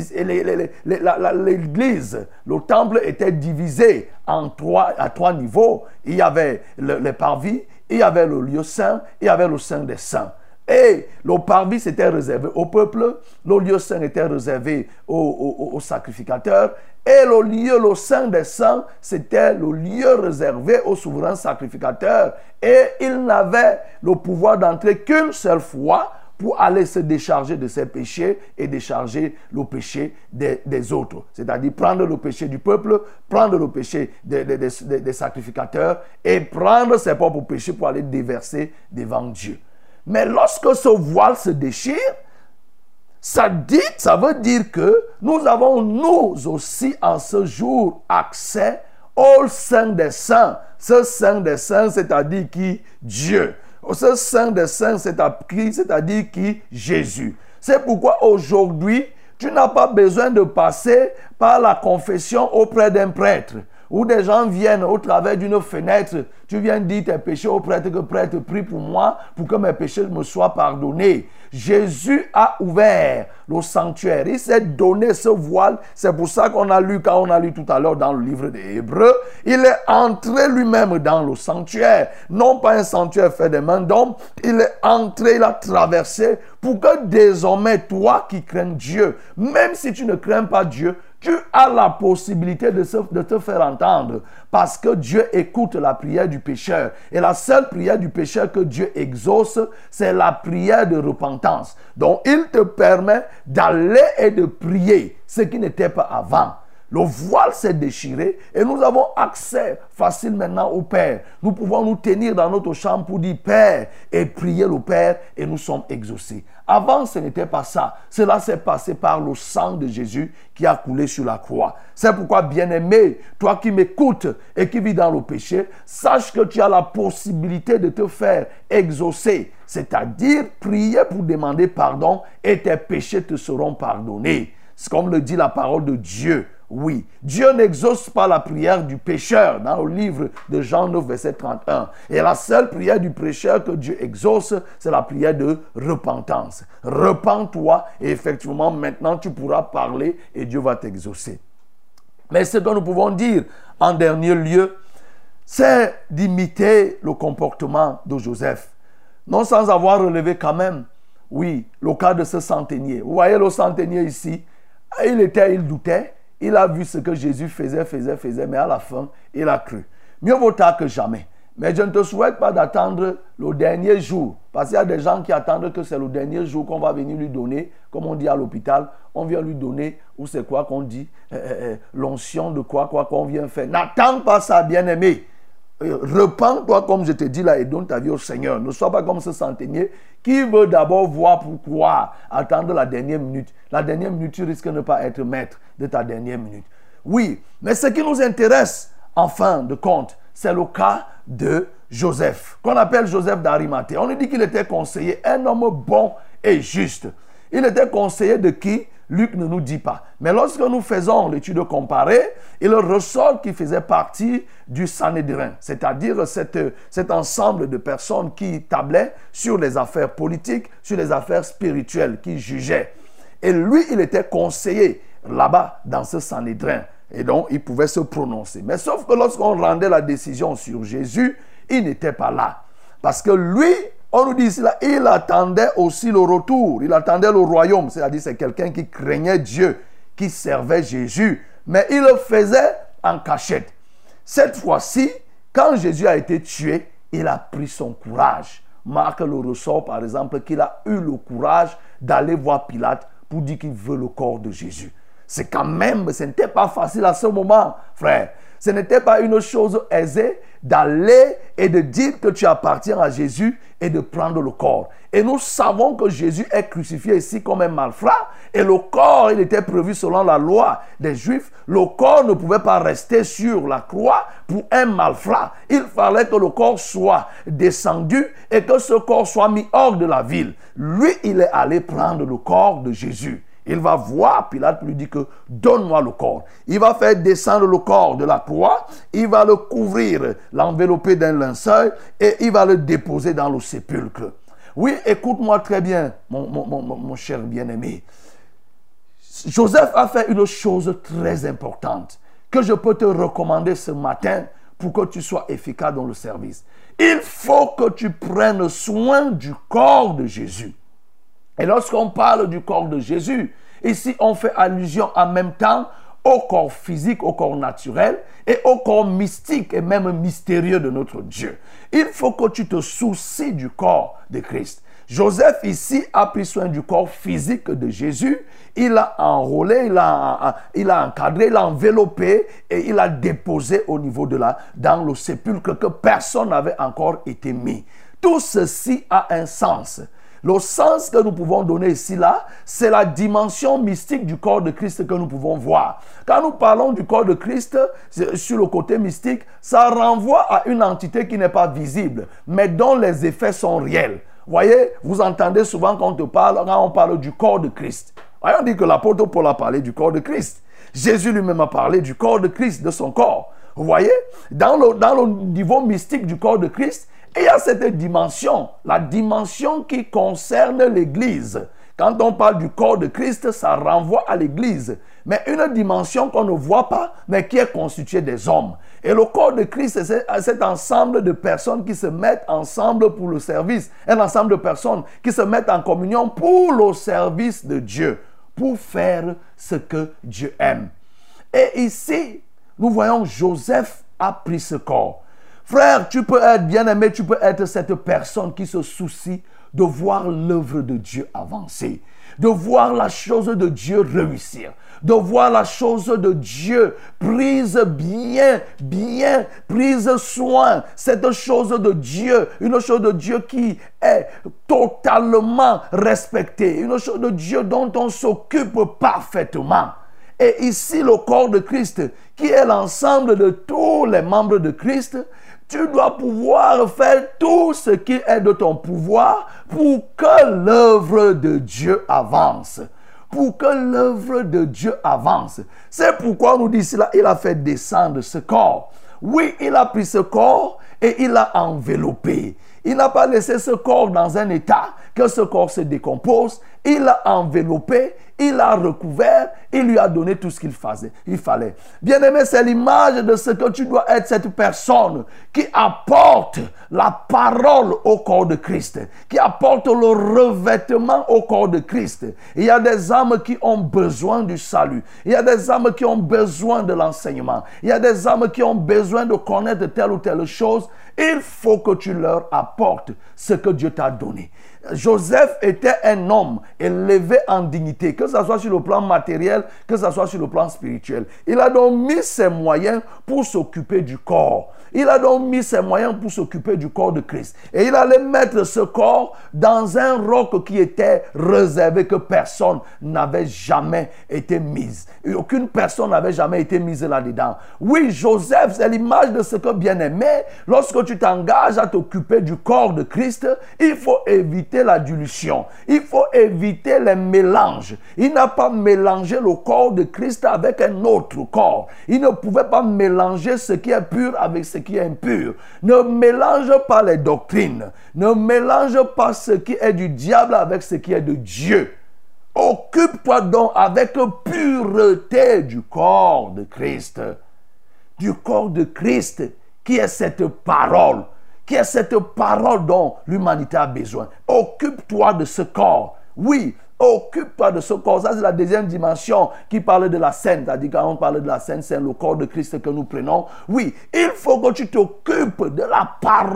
l'église, le temple était divisé à trois niveaux. Il y avait les parvis, il y avait le lieu saint, il y avait le saint des saints. Et le parvis c'était réservé au peuple, le lieu saint était réservé aux sacrificateurs, et le saint des saints, c'était le lieu réservé aux souverains sacrificateurs. Et il n'avait le pouvoir d'entrer qu'une seule fois pour aller se décharger de ses péchés et décharger le péché des autres. C'est-à-dire prendre le péché du peuple, prendre le péché des sacrificateurs et prendre ses propres péchés pour aller déverser devant Dieu. Mais lorsque ce voile se déchire, ça veut dire que nous avons nous aussi en ce jour accès au Saint des Saints. Ce Saint des Saints, c'est-à-dire qui? Dieu. Ce Saint des Saints, c'est-à-dire qui? Jésus. C'est pourquoi aujourd'hui, tu n'as pas besoin de passer par la confession auprès d'un prêtre. Où des gens viennent au travers d'une fenêtre, tu viens dire tes péchés au prêtre, que prêtre prie pour moi, pour que mes péchés me soient pardonnés. Jésus a ouvert le sanctuaire, il s'est donné ce voile. C'est pour ça qu'on a lu, quand on a lu tout à l'heure dans le livre des Hébreux, il est entré lui-même dans le sanctuaire, non pas un sanctuaire fait de mains d'hommes, il est entré, il a traversé, pour que désormais toi qui crains Dieu, même si tu ne crains pas Dieu, tu as la possibilité de te faire entendre, parce que Dieu écoute la prière du pécheur. Et la seule prière du pécheur que Dieu exauce, c'est la prière de repentance. Donc, il te permet d'aller et de prier, ce qui n'était pas avant. Le voile s'est déchiré et nous avons accès facile maintenant au Père. Nous pouvons nous tenir dans notre chambre pour dire Père et prier le Père et nous sommes exaucés. Avant, ce n'était pas ça. Cela s'est passé par le sang de Jésus qui a coulé sur la croix. C'est pourquoi, bien-aimé, toi qui m'écoutes et qui vis dans le péché, sache que tu as la possibilité de te faire exaucer, c'est-à-dire prier pour demander pardon et tes péchés te seront pardonnés. C'est comme le dit la parole de Dieu. Oui, Dieu n'exauce pas la prière du pécheur dans le livre de Jean 9, verset 31. Et la seule prière du pécheur que Dieu exauce, c'est la prière de repentance. Repends-toi et effectivement, maintenant, tu pourras parler et Dieu va t'exaucer. Mais ce que nous pouvons dire en dernier lieu, c'est d'imiter le comportement de Joseph. Non sans avoir relevé quand même, oui, le cas de ce centenier. Vous voyez le centenier ici, il doutait. Il a vu ce que Jésus faisait, mais à la fin, il a cru. Mieux vaut tard que jamais. Mais je ne te souhaite pas d'attendre le dernier jour. Parce qu'il y a des gens qui attendent que c'est le dernier jour qu'on va venir lui donner, comme on dit à l'hôpital, on vient lui donner, ou c'est quoi qu'on dit, l'onction de quoi qu'on vient faire. N'attends pas ça, bien-aimé. Repends-toi, comme je te dis là, et donne ta vie au Seigneur. Ne sois pas comme ce centenier qui veut d'abord voir pourquoi attendre la dernière minute. La dernière minute, tu risques de ne pas être maître de ta dernière minute. Oui, mais ce qui nous intéresse, en fin de compte, c'est le cas de Joseph, qu'on appelle Joseph d'Arimathée. On nous dit qu'il était conseiller, un homme bon et juste. Il était conseiller de qui? Luc ne nous dit pas. Mais lorsque nous faisons l'étude comparée, il ressort qu'il faisait partie du Sanhédrin, c'est-à-dire cet ensemble de personnes qui tablaient sur les affaires politiques, sur les affaires spirituelles, qui jugeaient. Et lui, il était conseiller là-bas dans ce Sanhédrin. Et donc, il pouvait se prononcer. Mais sauf que lorsqu'on rendait la décision sur Jésus, il n'était pas là. Parce que lui, on nous dit ici, là, il attendait aussi le retour. Il attendait le royaume. C'est-à-dire c'est quelqu'un qui craignait Dieu, qui servait Jésus. Mais il le faisait en cachette. Cette fois-ci, quand Jésus a été tué, il a pris son courage. Marc le ressort, par exemple, qu'il a eu le courage d'aller voir Pilate pour dire qu'il veut le corps de Jésus. C'est quand même, ce n'était pas facile à ce moment, frère. Ce n'était pas une chose aisée d'aller et de dire que tu appartiens à Jésus et de prendre le corps. Et nous savons que Jésus est crucifié ici comme un malfrat. Et le corps, il était prévu selon la loi des Juifs. Le corps ne pouvait pas rester sur la croix pour un malfrat. Il fallait que le corps soit descendu et que ce corps soit mis hors de la ville. Lui, il est allé prendre le corps de Jésus. Il va voir, Pilate lui dit que donne-moi le corps. Il va faire descendre le corps de la croix, il va le couvrir, l'envelopper d'un linceul et il va le déposer dans le sépulcre. Oui, écoute-moi très bien, mon cher bien-aimé. Joseph a fait une chose très importante que je peux te recommander ce matin pour que tu sois efficace dans le service. Il faut que tu prennes soin du corps de Jésus. Et lorsqu'on parle du corps de Jésus, ici on fait allusion en même temps au corps physique, au corps naturel et au corps mystique et même mystérieux de notre Dieu. Il faut que tu te soucies du corps de Christ. Joseph ici a pris soin du corps physique de Jésus. Il l'a enrôlé, il l'a encadré, il l'a enveloppé et il l'a déposé au niveau dans le sépulcre que personne n'avait encore été mis. Tout ceci a un sens. Le sens que nous pouvons donner ici, là, c'est la dimension mystique du corps de Christ que nous pouvons voir. Quand nous parlons du corps de Christ, sur le côté mystique, ça renvoie à une entité qui n'est pas visible, mais dont les effets sont réels. Vous voyez, vous entendez souvent quand on parle du corps de Christ. On dit que l'apôtre Paul a parlé du corps de Christ. Jésus lui-même a parlé du corps de Christ, de son corps. Vous voyez, dans le niveau mystique du corps de Christ, il y a cette dimension, la dimension qui concerne l'Église. Quand on parle du corps de Christ, ça renvoie à l'Église. Mais une dimension qu'on ne voit pas, mais qui est constituée des hommes. Et le corps de Christ, c'est cet ensemble de personnes qui se mettent ensemble pour le service. Un ensemble de personnes qui se mettent en communion pour le service de Dieu. Pour faire ce que Dieu aime. Et ici, nous voyons Joseph a pris ce corps. Frère, tu peux être bien-aimé, tu peux être cette personne qui se soucie de voir l'œuvre de Dieu avancer, de voir la chose de Dieu réussir, de voir la chose de Dieu prise prise soin, cette chose de Dieu, une chose de Dieu qui est totalement respectée, une chose de Dieu dont on s'occupe parfaitement. Et ici, le corps de Christ, qui est l'ensemble de tous les membres de Christ, tu dois pouvoir faire tout ce qui est de ton pouvoir pour que l'œuvre de Dieu avance. Pour que l'œuvre de Dieu avance. C'est pourquoi on nous dit ici, là, il a fait descendre ce corps. Oui, il a pris ce corps et il l'a enveloppé. Il n'a pas laissé ce corps dans un état que ce corps se décompose. Il l'a enveloppé, il l'a recouvert, il lui a donné tout ce qu'il fallait. Bien-aimé, c'est l'image de ce que tu dois être, cette personne qui apporte la parole au corps de Christ, qui apporte le revêtement au corps de Christ. Il y a des âmes qui ont besoin du salut. Il y a des âmes qui ont besoin de l'enseignement. Il y a des âmes qui ont besoin de connaître telle ou telle chose. Il faut que tu leur apportes ce que Dieu t'a donné. Joseph était un homme élevé en dignité, que que ce soit sur le plan matériel, que ce soit sur le plan spirituel. Il a donc mis ses moyens pour s'occuper du corps. Il a donc mis ses moyens pour s'occuper du corps de Christ. Et il allait mettre ce corps dans un roc qui était réservé, que personne n'avait jamais été mise. Et aucune personne n'avait jamais été mise là-dedans. Oui, Joseph, c'est l'image de ce que, bien-aimé, lorsque tu t'engages à t'occuper du corps de Christ, il faut éviter la dilution. Il faut éviter les mélanges. Il n'a pas mélangé le corps de Christ avec un autre corps. Il ne pouvait pas mélanger ce qui est pur avec ce qui est impur. Ne mélange pas les doctrines. Ne mélange pas ce qui est du diable avec ce qui est de Dieu. Occupe-toi donc avec pureté du corps de Christ. Du corps de Christ, qui est cette parole. Qui est cette parole dont l'humanité a besoin. Occupe-toi de ce corps. Oui, occupe-toi de ce corps. Ça, c'est la deuxième dimension qui parle de la scène. C'est-à-dire, quand on parle de la scène, c'est le corps de Christ que nous prenons. Oui, il faut que tu t'occupes de la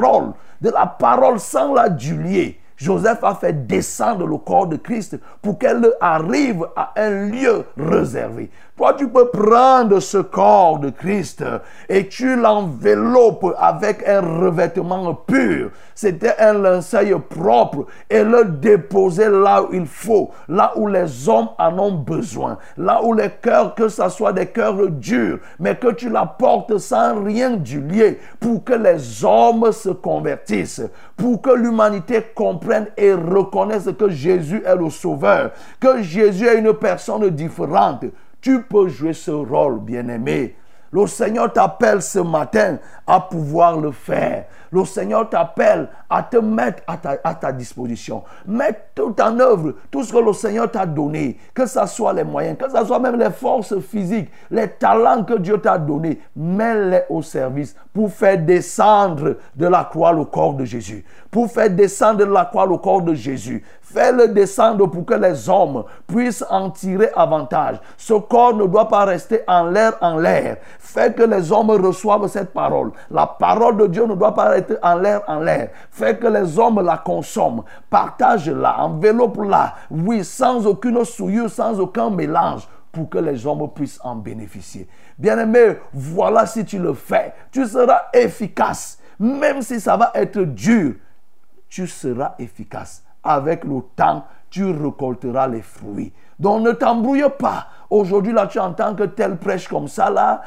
parole sans la diluer. Joseph a fait descendre le corps de Christ pour qu'elle arrive à un lieu réservé. Toi, tu peux prendre ce corps de Christ et tu l'enveloppes avec un revêtement pur. C'était un linceul propre et le déposer là où il faut, là où les hommes en ont besoin, là où les cœurs, que ce soit des cœurs durs, mais que tu l'apportes sans rien diluer pour que les hommes se convertissent, pour que l'humanité comprenne et reconnaisse que Jésus est le Sauveur, que Jésus est une personne différente. Tu peux jouer ce rôle, bien-aimé. Le Seigneur t'appelle ce matin à pouvoir le faire. Le Seigneur t'appelle à te mettre à ta disposition. Mets tout en œuvre, tout ce que le Seigneur t'a donné, que ce soit les moyens, que ce soit même les forces physiques, les talents que Dieu t'a donnés, mets-les au service pour faire descendre de la croix le corps de Jésus. Pour faire descendre de la croix le corps de Jésus. Fais-le descendre pour que les hommes puissent en tirer avantage. Ce corps ne doit pas rester en l'air. Fais que les hommes reçoivent cette parole. La parole de Dieu ne doit pas être en l'air. Fais que les hommes la consomment. Partage-la, enveloppe-la. Oui, sans aucune souillure, sans aucun mélange, pour que les hommes puissent en bénéficier. Bien-aimé, voilà, si tu le fais, tu seras efficace. Même si ça va être dur, tu seras efficace. Avec le temps, tu récolteras les fruits. Donc ne t'embrouille pas. Aujourd'hui, là, tu entends que tel prêche comme ça, là,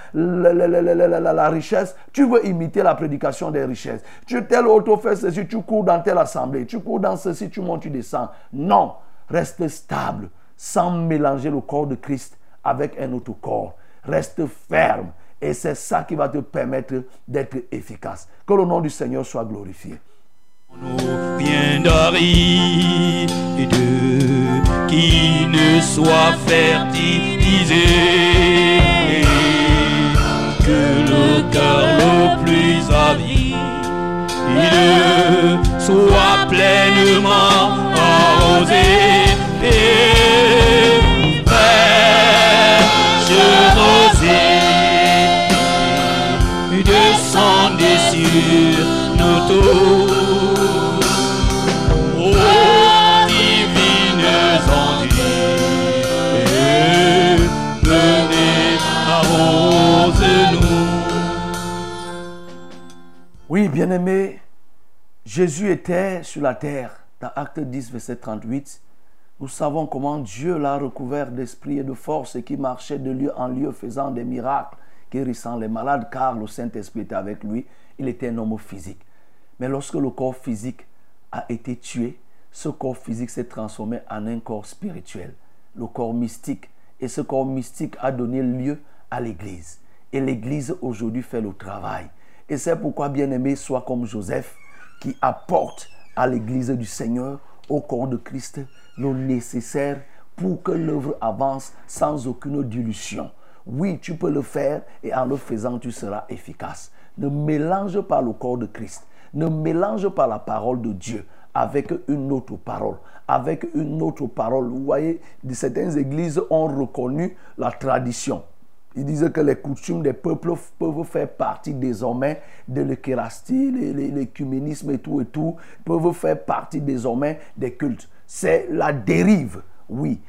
la richesse. Tu veux imiter la prédication des richesses. Tel autre fait ceci, tu cours dans telle assemblée. Tu cours dans ceci, tu montes, tu descends. Non, reste stable, sans mélanger le corps de Christ avec un autre corps. Reste ferme. Et c'est ça qui va te permettre d'être efficace. Que le nom du Seigneur soit glorifié.
Nous bien d'Aride qui ne soit fertilisé, que le cœur le plus avide soit pleinement arrosé et fraîche rosée descendez sur nous tous.
Oui, bien-aimé, Jésus était sur la terre. Dans Acte 10, verset 38, nous savons comment Dieu l'a recouvert d'esprit et de force et qui marchait de lieu en lieu faisant des miracles, guérissant les malades, car le Saint-Esprit était avec lui. Il était un homme physique. Mais lorsque le corps physique a été tué, ce corps physique s'est transformé en un corps spirituel, le corps mystique. Et ce corps mystique a donné lieu à l'Église. Et l'Église aujourd'hui fait le travail. Et c'est pourquoi, bien-aimé, sois comme Joseph, qui apporte à l'Église du Seigneur, au corps de Christ, le nécessaire pour que l'œuvre avance sans aucune dilution. Oui, tu peux le faire et en le faisant, tu seras efficace. Ne mélange pas le corps de Christ. Ne mélange pas la parole de Dieu avec une autre parole. Avec une autre parole. Vous voyez, certaines églises ont reconnu la tradition. Ils disaient que les coutumes des peuples peuvent faire partie désormais de l'eucharistie, l'écuménisme et tout, peuvent faire partie désormais des cultes. C'est la dérive, oui.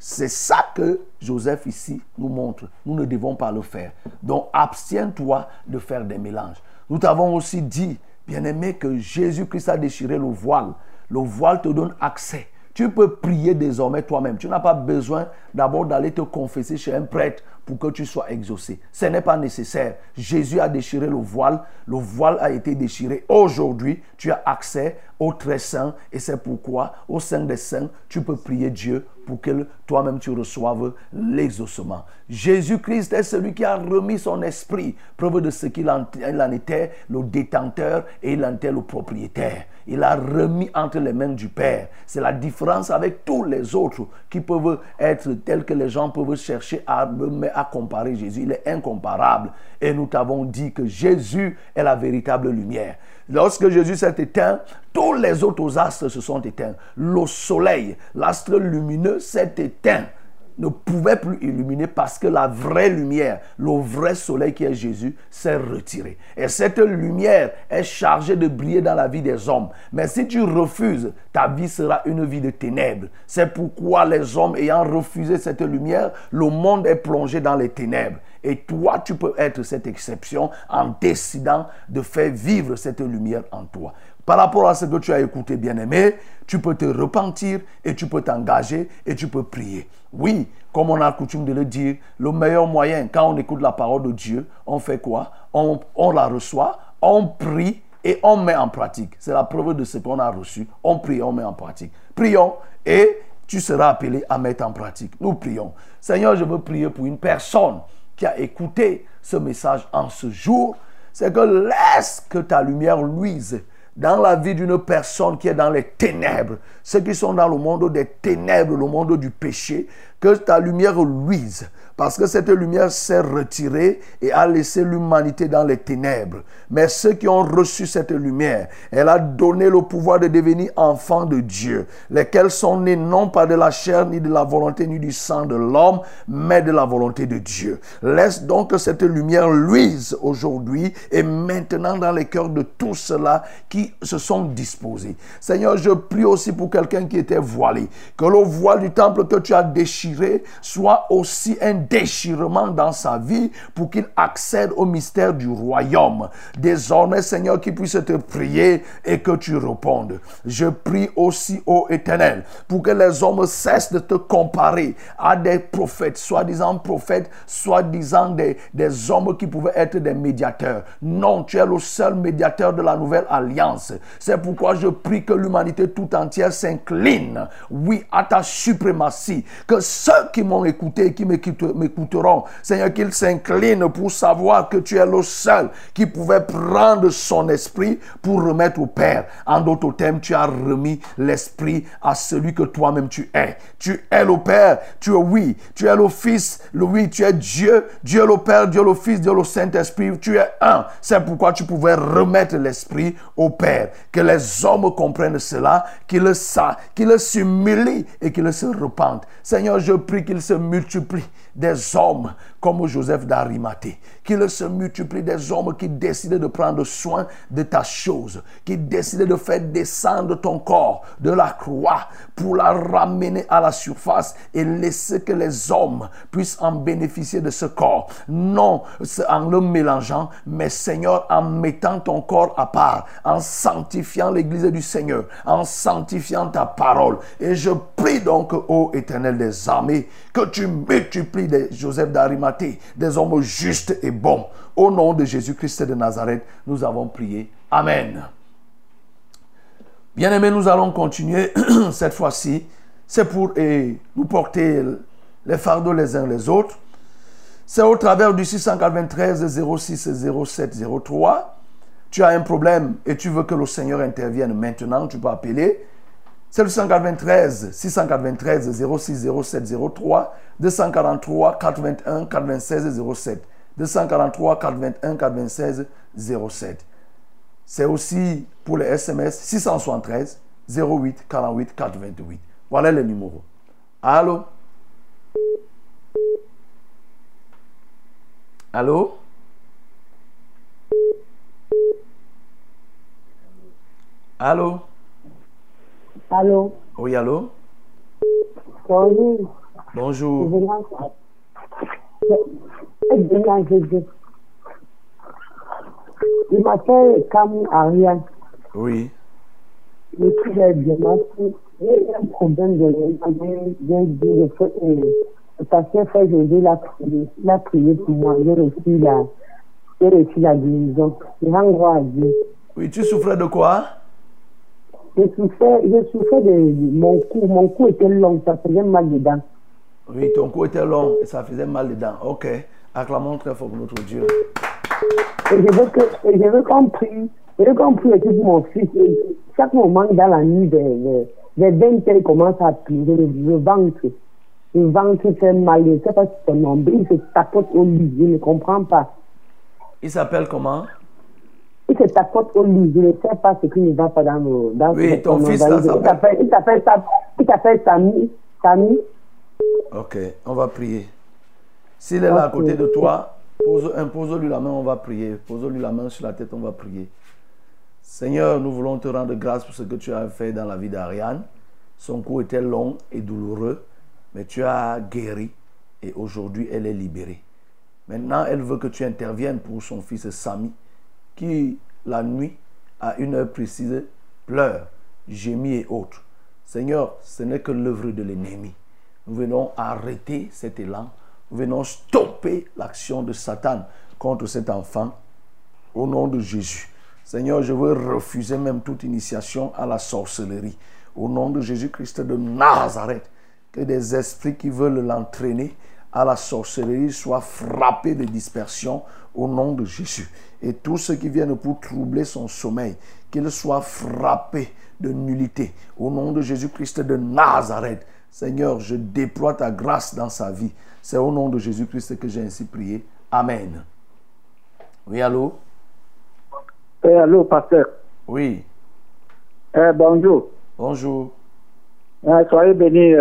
C'est ça que Joseph ici nous montre. Nous ne devons pas le faire. Donc, abstiens-toi de faire des mélanges. Nous t'avons aussi dit, bien-aimé, que Jésus-Christ a déchiré le voile. Le voile te donne accès. Tu peux prier désormais toi-même. Tu n'as pas besoin d'abord d'aller te confesser chez un prêtre pour que tu sois exaucé. Ce n'est pas nécessaire. Jésus a déchiré le voile. Le voile a été déchiré. Aujourd'hui, tu as accès au très saint et c'est pourquoi au sein des saints, tu peux prier Dieu pour que toi-même tu reçoives l'exaucement. Jésus-Christ est celui qui a remis son esprit, preuve de ce qu'il en était le détenteur et il en était le propriétaire. Il a remis entre les mains du Père. C'est la différence avec tous les autres qui peuvent être tels que les gens peuvent chercher à comparer Jésus. Il est incomparable. Et nous t'avons dit que Jésus est la véritable lumière. Lorsque Jésus s'est éteint, tous les autres astres se sont éteints. Le soleil, l'astre lumineux s'est éteint, ne pouvait plus illuminer parce que la vraie lumière, le vrai soleil qui est Jésus, s'est retiré. Et cette lumière est chargée de briller dans la vie des hommes. Mais si tu refuses, ta vie sera une vie de ténèbres. C'est pourquoi les hommes ayant refusé cette lumière, le monde est plongé dans les ténèbres. Et toi, tu peux être cette exception en décidant de faire vivre cette lumière en toi. Par rapport à ce que tu as écouté, bien-aimé, tu peux te repentir et tu peux t'engager et tu peux prier. Oui, comme on a coutume de le dire, le meilleur moyen, quand on écoute la parole de Dieu, on fait quoi? On la reçoit, on prie et on met en pratique. C'est la preuve de ce qu'on a reçu. On prie et on met en pratique. Prions et tu seras appelé à mettre en pratique. Nous prions. Seigneur, je veux prier pour une personne qui a écouté ce message en ce jour. C'est que laisse que ta lumière luise dans la vie d'une personne qui est dans les ténèbres, ceux qui sont dans le monde des ténèbres, le monde du péché, que ta lumière luise, parce que cette lumière s'est retirée et a laissé l'humanité dans les ténèbres. Mais ceux qui ont reçu cette lumière, elle a donné le pouvoir de devenir enfants de Dieu, lesquels sont nés non pas de la chair, ni de la volonté, ni du sang de l'homme, mais de la volonté de Dieu. Laisse donc que cette lumière luise aujourd'hui et maintenant dans les cœurs de tous ceux-là qui se sont disposés. Seigneur, je prie aussi pour quelqu'un qui était voilé, que le voile du temple que tu as déchiré soit aussi un déchirement dans sa vie pour qu'il accède au mystère du royaume. Désormais, Seigneur, qu'il puisse te prier et que tu répondes. Je prie aussi, ô Éternel, pour que les hommes cessent de te comparer à des prophètes, soi-disant des hommes qui pouvaient être des médiateurs. Non, tu es le seul médiateur de la nouvelle alliance. C'est pourquoi je prie que l'humanité tout entière s'incline, oui, à ta suprématie, que ceux qui m'ont écouté et qui m'écouteront, Seigneur, qu'ils s'inclinent pour savoir que tu es le seul qui pouvait prendre son esprit pour remettre au Père. En d'autres termes, tu as remis l'esprit à celui que toi-même tu es. Tu es le Père, tu es le Fils, tu es Dieu, Dieu le Père, Dieu le Fils, Dieu le Saint-Esprit, tu es un. C'est pourquoi tu pouvais remettre l'esprit au Père. Que les hommes comprennent cela, qu'ils le savent, qu'ils s'humilient et qu'ils se repentent. Seigneur, je prie qu'il se multiplie des hommes comme Joseph d'Arimathée, qu'il se multiplie des hommes qui décident de prendre soin de ta chose, qui décident de faire descendre ton corps de la croix pour la ramener à la surface et laisser que les hommes puissent en bénéficier de ce corps. Non en le mélangeant, mais Seigneur, en mettant ton corps à part, en sanctifiant l'église du Seigneur, en sanctifiant ta parole. Et je prie donc, ô Éternel des armées, que tu multiplies des Joseph d'Arimathée, des hommes justes et bons. Au nom de Jésus-Christ de Nazareth, nous avons prié. Amen. Bien-aimés, nous allons continuer cette fois-ci. C'est pour nous porter les fardeaux les uns les autres. C'est au travers du 693 06 07 03. Tu as un problème et tu veux que le Seigneur intervienne maintenant, tu peux appeler. C'est le 693 06 07 03, 243 81 96 07. 243 81 96 07. C'est aussi pour les SMS 673 08 48 428. Voilà les numéros. Allô? Allô? Allô?
Allô?
Oui, allô?
Bonjour.
Bonjour.
Je m'appelle Camille Ariane.
Oui.
Je suis bien merci. J'ai un problème de parce que frère José l'a prié pour moi. J'ai reçu la guérison. Je rends gloire à Dieu.
Oui, tu souffrais de quoi?
Je souffrais de mon cou était long, ça faisait mal dedans.
Oui, ton cou était long et ça faisait mal dedans. Ok. Acclamons très fort pour notre Dieu.
Et je veux qu'on prie aussi pour mon fils. Et chaque moment dans la nuit, les 20 heures, il commence à pleurer, le ventre fait mal. Je ne sais pas si c'est mon nombril, il se tapote au lit, je ne comprends pas.
Il s'appelle comment?
Il se tapote au lit, je ne sais pas ce qui ne va pas dans
oui, ton fils là s'appelle...
Il s'appelle Samy.
Ok, on va prier. S'il est là à côté de toi, pose-lui la main, on va prier. Pose-lui la main sur la tête, on va prier. Seigneur, nous voulons te rendre grâce pour ce que tu as fait dans la vie d'Ariane. Son cou était long et douloureux, mais tu as guéri et aujourd'hui elle est libérée. Maintenant, elle veut que tu interviennes pour son fils Samy, qui la nuit, à une heure précise, pleure, gémit et autres. Seigneur, ce n'est que l'œuvre de l'ennemi. Nous venons arrêter cet élan. Nous venons stopper l'action de Satan contre cet enfant au nom de Jésus. Seigneur, je veux refuser même toute initiation à la sorcellerie. Au nom de Jésus-Christ de Nazareth, que des esprits qui veulent l'entraîner à la sorcellerie soient frappés de dispersion au nom de Jésus. Et tous ceux qui viennent pour troubler son sommeil, qu'ils soient frappés de nullité. Au nom de Jésus-Christ de Nazareth, Seigneur, je déploie ta grâce dans sa vie. C'est au nom de Jésus-Christ que j'ai ainsi prié. Amen. Oui, allô?
Allô, pasteur.
Oui.
Bonjour.
Bonjour.
Soyez bénis.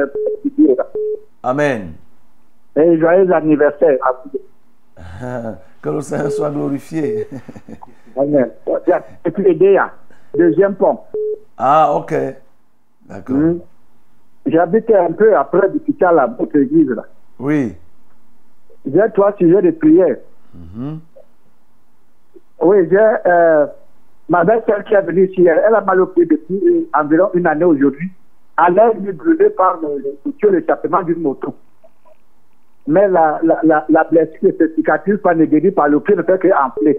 Amen.
Et joyeux anniversaire.
Que le Seigneur soit glorifié.
Amen. Et puis aider, deuxième pont.
Ah, ok. D'accord.
J'habite un peu après l'hôpital à votre église là.
Oui.
J'ai 3 sujets de prière. Oui, j'ai ma belle-sœur qui est venue ici, elle a mal au pied depuis environ une année aujourd'hui. Elle a été brûlée par le échappement d'une moto. Mais la blessure de cette cicatrice pas guérie par le pied ne fait qu'enfler.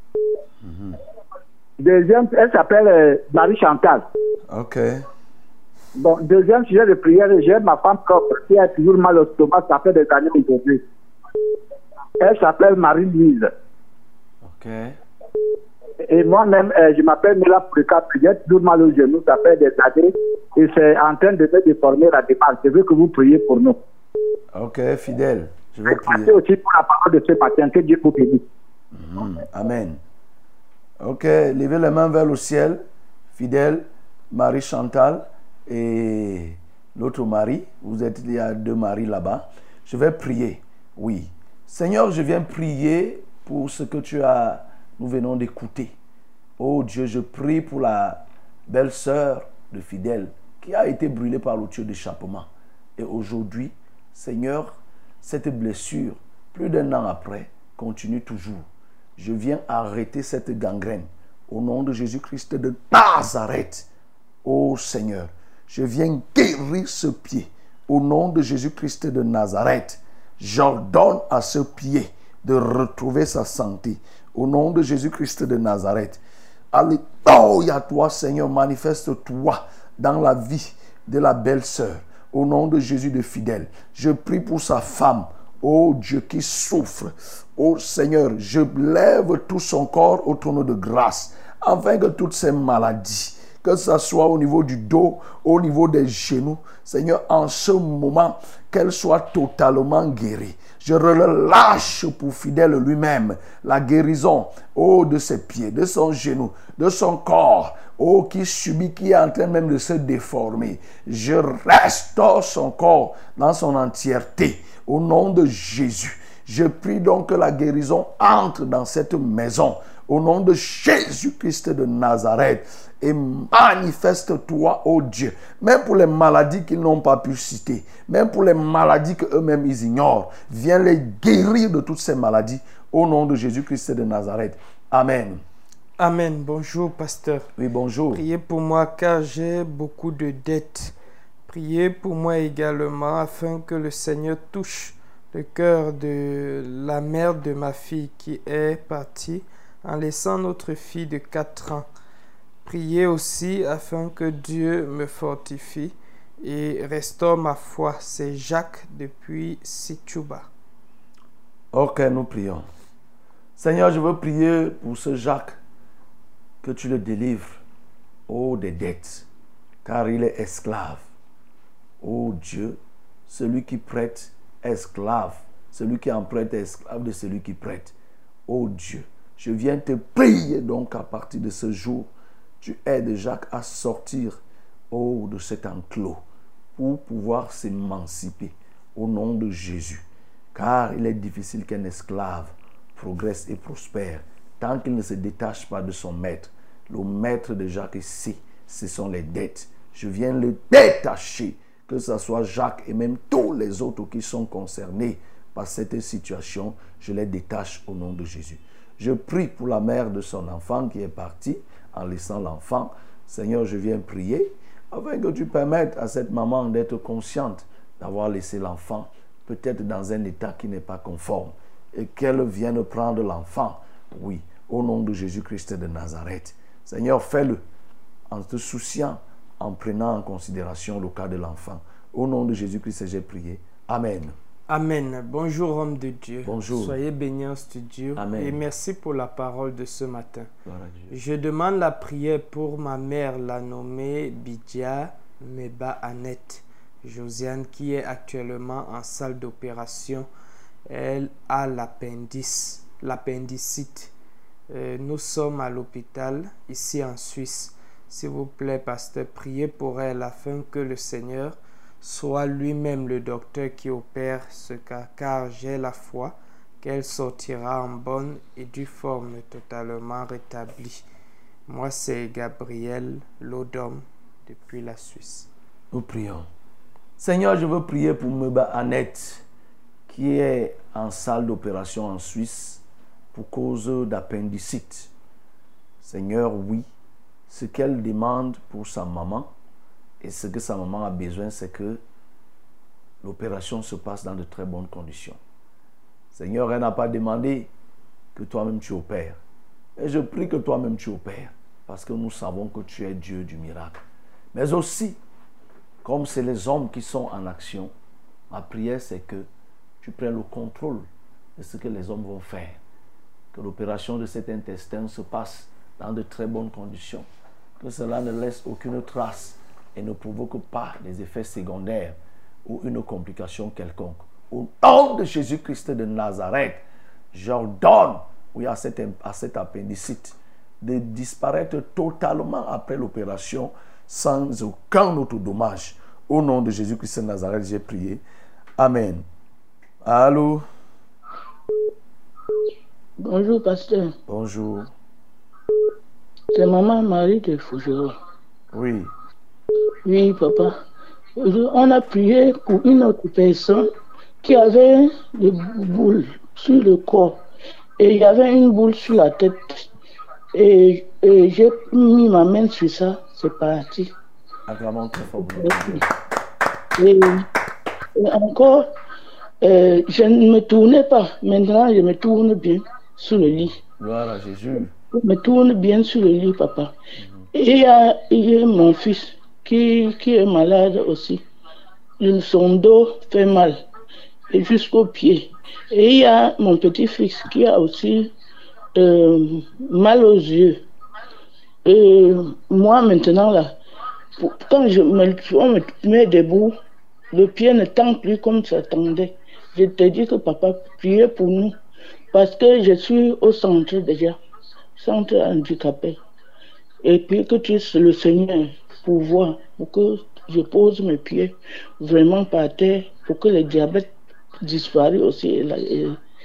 Deuxième, elle s'appelle Marie Chantal.
Ok.
Bon, deuxième sujet de prière, j'ai ma femme propre qui a toujours mal au stomac, ça fait des années aujourd'hui. Elle s'appelle Marie-Louise.
Ok.
Et moi-même, je m'appelle Mila Purika, j'ai toujours mal au genou, ça fait des années, et c'est en train de me déformer la démarche. Je veux que vous priez pour nous.
Ok, fidèle. Je vais prier.
Merci aussi pour la parole de ce matin, que Dieu vous bénisse.
Amen. Ok, levez les mains vers le ciel, fidèle, Marie Chantal et l'autre Marie. Il y a 2 Maries là-bas. Je vais prier. Oui. Seigneur, je viens prier pour ce que nous venons d'écouter. Oh Dieu, je prie pour la belle-sœur de Fidèle qui a été brûlée par le tuyau d'échappement. Et aujourd'hui, Seigneur, cette blessure, plus d'1 an après, continue toujours. Je viens arrêter cette gangrène au nom de Jésus-Christ de Nazareth. Oh Seigneur, je viens guérir ce pied au nom de Jésus-Christ de Nazareth. J'ordonne à ce pied de retrouver sa santé au nom de Jésus-Christ de Nazareth. Alléluia, toi Seigneur, manifeste-toi dans la vie de la belle-sœur au nom de Jésus de Fidèle. Je prie pour sa femme, oh Dieu, qui souffre. Oh Seigneur, je lève tout son corps au trône de grâce afin que toutes ces maladies, que ce soit au niveau du dos, au niveau des genoux, Seigneur, en ce moment, qu'elles soient totalement guéries. Je relâche pour Fidèle lui-même la guérison, oh, de ses pieds, de son genou, de son corps, oh, qui subit, qui est en train même de se déformer. Je restaure son corps dans son entièreté. Au nom de Jésus, Je prie donc que la guérison entre dans cette maison. Au nom de Jésus-Christ de Nazareth. Et manifeste-toi, ô Dieu. Même pour les maladies qu'ils n'ont pas pu citer. Même pour les maladies qu'eux-mêmes ils ignorent. Viens les guérir de toutes ces maladies. Au nom de Jésus-Christ de Nazareth. Amen.
Amen. Bonjour, pasteur.
Oui, bonjour.
Priez pour moi car j'ai beaucoup de dettes. Priez pour moi également afin que le Seigneur touche le cœur de la mère de ma fille qui est partie en laissant notre fille de 4 ans. Priez aussi afin que Dieu me fortifie et restaure ma foi. C'est Jacques depuis Situba.
Ok, nous prions. Seigneur, je veux prier pour ce Jacques, que tu le délivres, des dettes, car il est esclave. Ô Dieu, celui qui prête est esclave, celui qui en prête est esclave de celui qui prête. Ô Dieu, je viens te prier donc à partir de ce jour, tu aides Jacques à sortir de cet enclos pour pouvoir s'émanciper au nom de Jésus. Car il est difficile qu'un esclave progresse et prospère tant qu'il ne se détache pas de son maître. Le maître de Jacques ici, ce sont les dettes. Je viens le détacher, que ce soit Jacques et même tous les autres qui sont concernés par cette situation, je les détache au nom de Jésus. Je prie pour la mère de son enfant qui est partie en laissant l'enfant. Seigneur, je viens prier afin que tu permettes à cette maman d'être consciente d'avoir laissé l'enfant peut-être dans un état qui n'est pas conforme et qu'elle vienne prendre l'enfant. Oui, au nom de Jésus-Christ de Nazareth. Seigneur, fais-le en te souciant, en prenant en considération le cas de l'enfant. Au nom de Jésus-Christ, j'ai prié. Amen.
Amen. Bonjour, homme de Dieu.
Bonjour.
Soyez bénis en studio.
Amen.
Et merci pour la parole de ce matin.
Gloire à Dieu.
Je demande la prière pour ma mère, la nommée Bidja Meba Annette Josiane, qui est actuellement en salle d'opération. Elle a l'appendicite. Nous sommes à l'hôpital ici en Suisse. S'il vous plaît, pasteur, priez pour elle afin que le Seigneur soit lui-même le docteur qui opère ce cas, car j'ai la foi qu'elle sortira en bonne et due forme, totalement rétablie. Moi, c'est Gabriel Lodom depuis la Suisse.
Nous prions. Seigneur, je veux prier pour Meba Annette qui est en salle d'opération en Suisse pour cause d'appendicite. Seigneur, oui, ce qu'elle demande pour sa maman et ce que sa maman a besoin, c'est que l'opération se passe dans de très bonnes conditions. Seigneur, elle n'a pas demandé que toi-même tu opères. Et je prie que toi-même tu opères parce que nous savons que tu es Dieu du miracle. Mais aussi, comme c'est les hommes qui sont en action, ma prière c'est que tu prennes le contrôle de ce que les hommes vont faire. Que l'opération de cet intestin se passe dans de très bonnes conditions. Que cela ne laisse aucune trace et ne provoque pas des effets secondaires ou une complication quelconque. Au nom de Jésus-Christ de Nazareth, j'ordonne à cet appendicite de disparaître totalement après l'opération sans aucun autre dommage. Au nom de Jésus-Christ de Nazareth, j'ai prié. Amen. Allô?
Bonjour, pasteur.
Bonjour.
C'est maman Marie de Fougereau.
Oui.
Oui, papa. On a prié pour une autre personne qui avait des boules sur le corps. Et il y avait une boule sur la tête. Et j'ai mis ma main sur ça. C'est parti.
Acclamons très fort.
Et encore, je ne me tournais pas. Maintenant, je me tourne bien sur le lit.
Gloire à Jésus.
Je me tourne bien sur le lit, papa. Et il y a mon fils qui est malade aussi. Son dos fait mal, et jusqu'aux pieds. Et il y a mon petit-fils qui a aussi mal aux yeux. Et moi, maintenant, là, quand on me met debout, le pied ne tend plus comme ça tendait. Je te dis que papa, priez pour nous. Parce que je suis au centre déjà, centre handicapé. Et puis que tu es le Seigneur pour voir, pour que je pose mes pieds vraiment par terre, pour que le diabète disparaisse aussi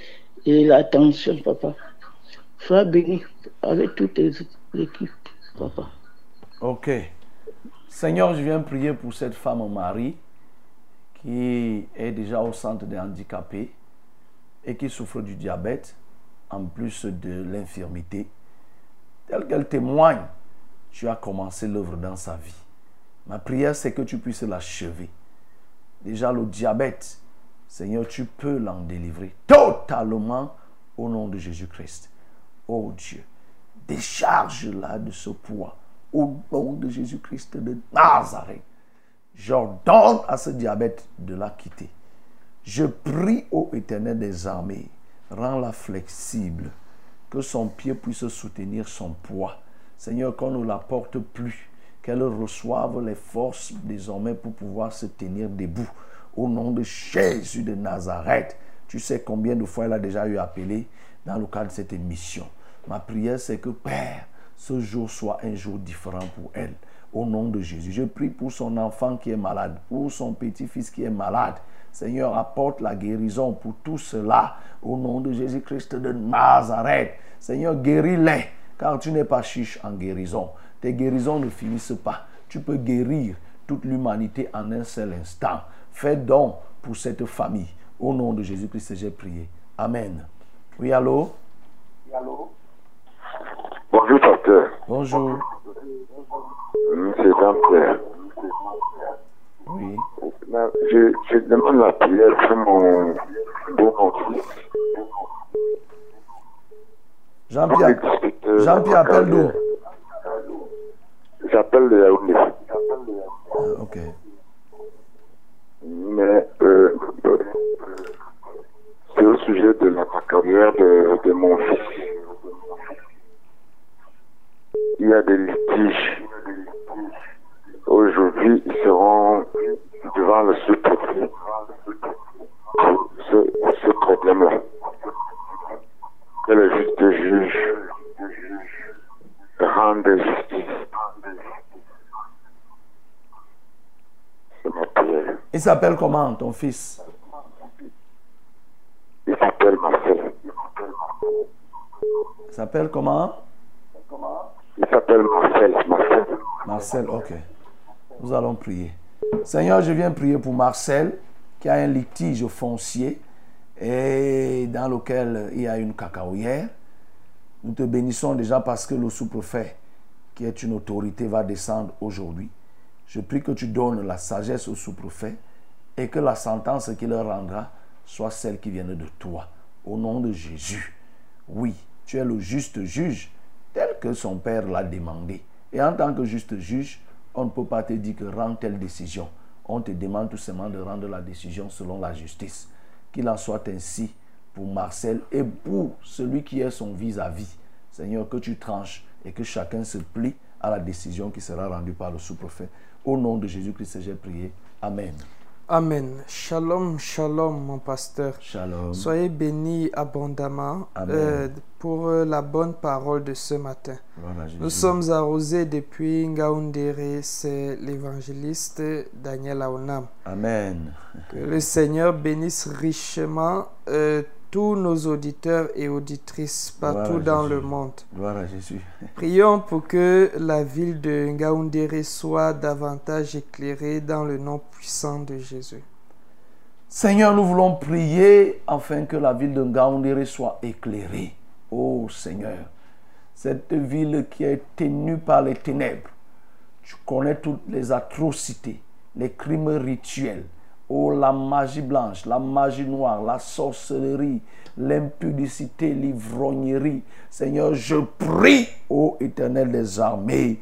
et l'attention, papa. Sois béni avec toutes tes équipes, papa.
Ok. Seigneur, je viens prier pour cette femme Marie qui est déjà au centre des handicapés et qui souffre du diabète, en plus de l'infirmité. Telle qu'elle témoigne, tu as commencé l'œuvre dans sa vie. Ma prière, c'est que tu puisses l'achever. Déjà, le diabète, Seigneur, tu peux l'en délivrer totalement au nom de Jésus-Christ. Oh Dieu, décharge-la de ce poids au nom de Jésus-Christ de Nazareth. J'ordonne à ce diabète de la quitter. Je prie au Éternel des armées, rends-la flexible, que son pied puisse soutenir son poids. Seigneur, qu'on ne la porte plus, qu'elle reçoive les forces désormais pour pouvoir se tenir debout. Au nom de Jésus de Nazareth, tu sais combien de fois elle a déjà eu appelé dans le cadre de cette émission. Ma prière, c'est que, Père, ce jour soit un jour différent pour elle. Au nom de Jésus, je prie pour son enfant qui est malade, pour son petit-fils qui est malade. Seigneur, apporte la guérison pour tout cela. Au nom de Jésus-Christ de Nazareth. Seigneur, guéris-les, car tu n'es pas chiche en guérison. Tes guérisons ne finissent pas. Tu peux guérir toute l'humanité en un seul instant. Fais donc pour cette famille. Au nom de Jésus-Christ, j'ai prié. Amen. Oui, allô?
Bonjour, pasteur.
Bonjour.
C'est Jean-Pierre.
Oui.
Je demande la prière pour mon fils.
Jean-Pierre appelle d'où?
J'appelle de Yaoundé.
Ok.
Mais c'est au sujet de la carrière de mon fils. Il y a des litiges. Aujourd'hui, ils seront devant le sous-préfet pour ce problème-là. Que le juste juge rende justice. C'est ma prière.
Il s'appelle comment, ton fils?
Il s'appelle Marcel.
Il s'appelle comment?
Il s'appelle Marcel.
Marcel, ok. Nous allons prier. Seigneur, je viens prier pour Marcel qui a un litige foncier et dans lequel il y a une cacaoyère. Nous te bénissons déjà parce que le sous-préfet, qui est une autorité, va descendre aujourd'hui. Je prie que tu donnes la sagesse au sous-préfet et que la sentence qu'il rendra soit celle qui vienne de toi. Au nom de Jésus. Oui, tu es le juste juge tel que son père l'a demandé. Et en tant que juste juge, on ne peut pas te dire que rends telle décision. On te demande tout simplement de rendre la décision selon la justice. Qu'il en soit ainsi pour Marcel et pour celui qui est son vis-à-vis. Seigneur, que tu tranches et que chacun se plie à la décision qui sera rendue par le sous-préfet. Au nom de Jésus-Christ, j'ai prié. Amen.
Amen. Shalom, shalom, mon pasteur.
Shalom.
Soyez bénis abondamment pour la bonne parole de ce matin. Nous sommes arrosés depuis Ngaoundéré, c'est l'évangéliste Daniel Aounam.
Amen.
Que le Seigneur bénisse richement tous nos auditeurs et auditrices partout dans le monde.
Gloire à Jésus.
Prions pour que la ville de Ngaoundéré soit davantage éclairée dans le nom puissant de Jésus.
Seigneur, nous voulons prier afin que la ville de Ngaoundéré soit éclairée. Oh Seigneur, cette ville qui est tenue par les ténèbres, tu connais toutes les atrocités, les crimes rituels. Oh, la magie blanche, la magie noire, la sorcellerie, l'impudicité, l'ivrognerie. Seigneur, je prie, ô Éternel des armées,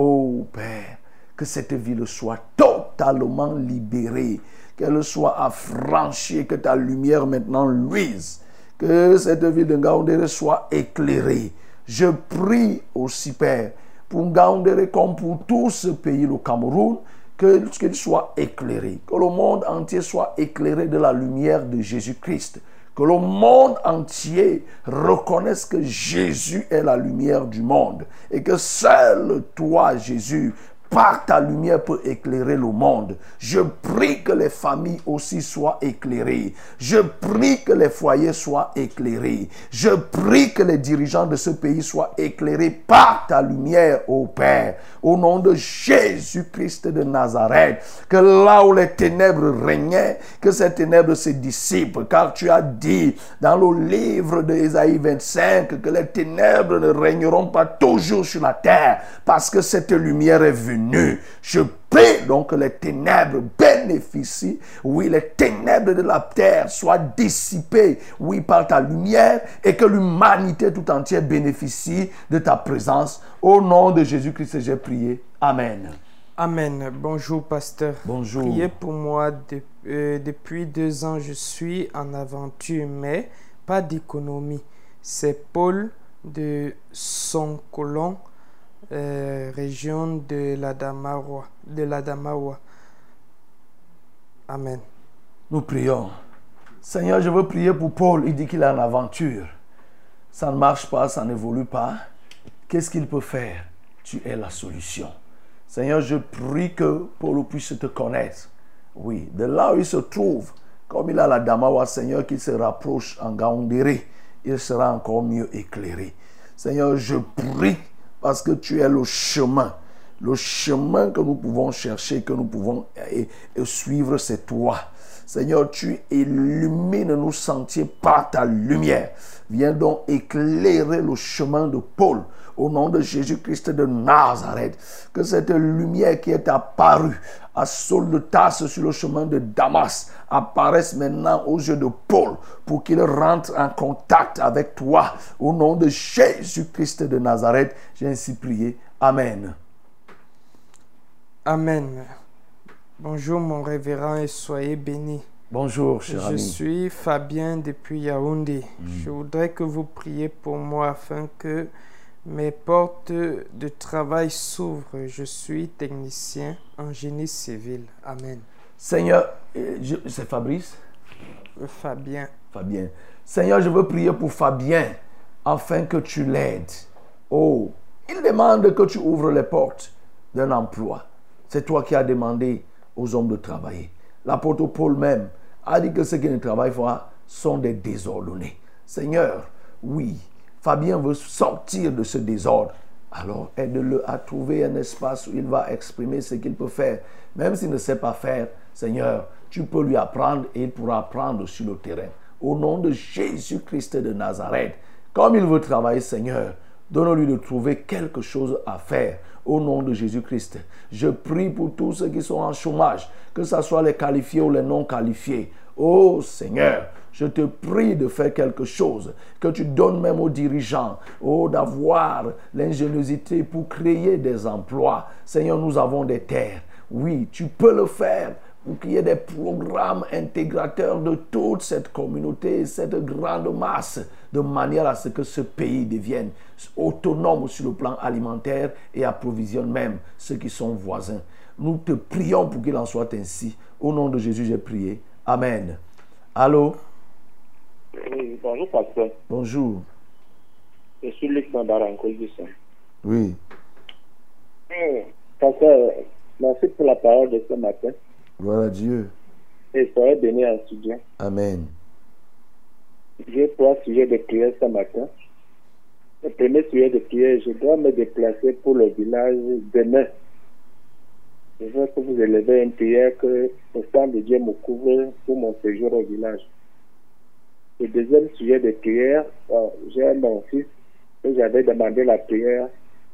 ô Père, que cette ville soit totalement libérée, qu'elle soit affranchie, que ta lumière maintenant luise, que cette ville de Ngaoundéré soit éclairée. Je prie aussi, Père, pour Ngaoundéré comme pour tout ce pays, le Cameroun, qu'il soit éclairé, que le monde entier soit éclairé de la lumière de Jésus-Christ, que le monde entier reconnaisse que Jésus est la lumière du monde et que seul toi, Jésus, par ta lumière peut éclairer le monde. Je prie que les familles aussi soient éclairées. Je prie que les foyers soient éclairés. Je prie que les dirigeants de ce pays soient éclairés par ta lumière, ô Père. Au nom de Jésus-Christ de Nazareth, que là où les ténèbres régnaient, que ces ténèbres se dissipent, car tu as dit dans le livre de Ésaïe 25 que les ténèbres ne régneront pas toujours sur la terre, parce que cette lumière est venue. Je prie donc que les ténèbres bénéficient, oui, les ténèbres de la terre soient dissipées, oui, par ta lumière, et que l'humanité tout entière bénéficie de ta présence. Au nom de Jésus-Christ, j'ai prié. Amen.
Amen. Bonjour, pasteur.
Bonjour.
Priez pour moi. Depuis 2 ans, je suis en aventure, mais pas d'économie. C'est Paul de Sonkolon, région de l'Adamawa. Amen.
Nous prions. Seigneur, je veux prier pour Paul. Il dit qu'il est en aventure. Ça ne marche pas, ça n'évolue pas. Qu'est-ce qu'il peut faire? Tu es la solution. Seigneur, je prie que Paul puisse te connaître. Oui, de là où il se trouve, comme il a la Damawa, Seigneur, qu'il se rapproche en Gaoundéré, il sera encore mieux éclairé. Seigneur, je prie parce que tu es le chemin. Le chemin que nous pouvons chercher, que nous pouvons suivre, c'est toi. Seigneur, tu illumines nos sentiers par ta lumière. Viens donc éclairer le chemin de Paul. Au nom de Jésus-Christ de Nazareth, que cette lumière qui est apparue à Saul de Tarse sur le chemin de Damas apparaisse maintenant aux yeux de Paul pour qu'il rentre en contact avec toi. Au nom de Jésus-Christ de Nazareth, j'ai ainsi prié. Amen.
Amen. Bonjour mon révérend et soyez bénis.
Bonjour, cher ami.
Je suis Fabien depuis Yaoundé. Je voudrais que vous priez pour moi afin que mes portes de travail s'ouvrent. Je suis technicien en génie civil. Amen.
Seigneur, c'est Fabrice?
Fabien.
Fabien. Seigneur, je veux prier pour Fabien afin que tu l'aides. Oh, il demande que tu ouvres les portes d'un emploi. C'est toi qui as demandé aux hommes de travailler. L'apôtre Paul même a dit que ceux qui ne travaillent pas sont des désordonnés. Seigneur, oui, Fabien veut sortir de ce désordre. Alors aide-le à trouver un espace où il va exprimer ce qu'il peut faire. Même s'il ne sait pas faire, Seigneur, tu peux lui apprendre et il pourra apprendre sur le terrain. Au nom de Jésus-Christ de Nazareth, comme il veut travailler, Seigneur, donne-lui de trouver quelque chose à faire. Au nom de Jésus-Christ, je prie pour tous ceux qui sont en chômage, que ce soit les qualifiés ou les non qualifiés. Oh Seigneur, je te prie de faire quelque chose, que tu donnes même aux dirigeants, d'avoir l'ingéniosité pour créer des emplois. Seigneur, nous avons des terres. Oui, tu peux le faire pour qu'il y ait des programmes intégrateurs de toute cette communauté, cette grande masse, de manière à ce que ce pays devienne autonome sur le plan alimentaire et approvisionne même ceux qui sont voisins. Nous te prions pour qu'il en soit ainsi. Au nom de Jésus, j'ai prié. Amen. Allô?
Oui, bonjour, pasteur.
Bonjour.
Je suis Luc Mandara, en Côte d'Ivoire.
Oui.
Pasteur, merci pour la parole de ce matin.
Gloire à Dieu.
Et soyez bénis en studio.
Amen.
J'ai 3 sujets de prière ce matin. Le premier sujet de prière, je dois me déplacer pour le village demain. Je veux que vous élevez une prière que le sang de Dieu me couvre pour mon séjour au village. Le deuxième sujet de prière, j'ai mon fils que j'avais demandé la prière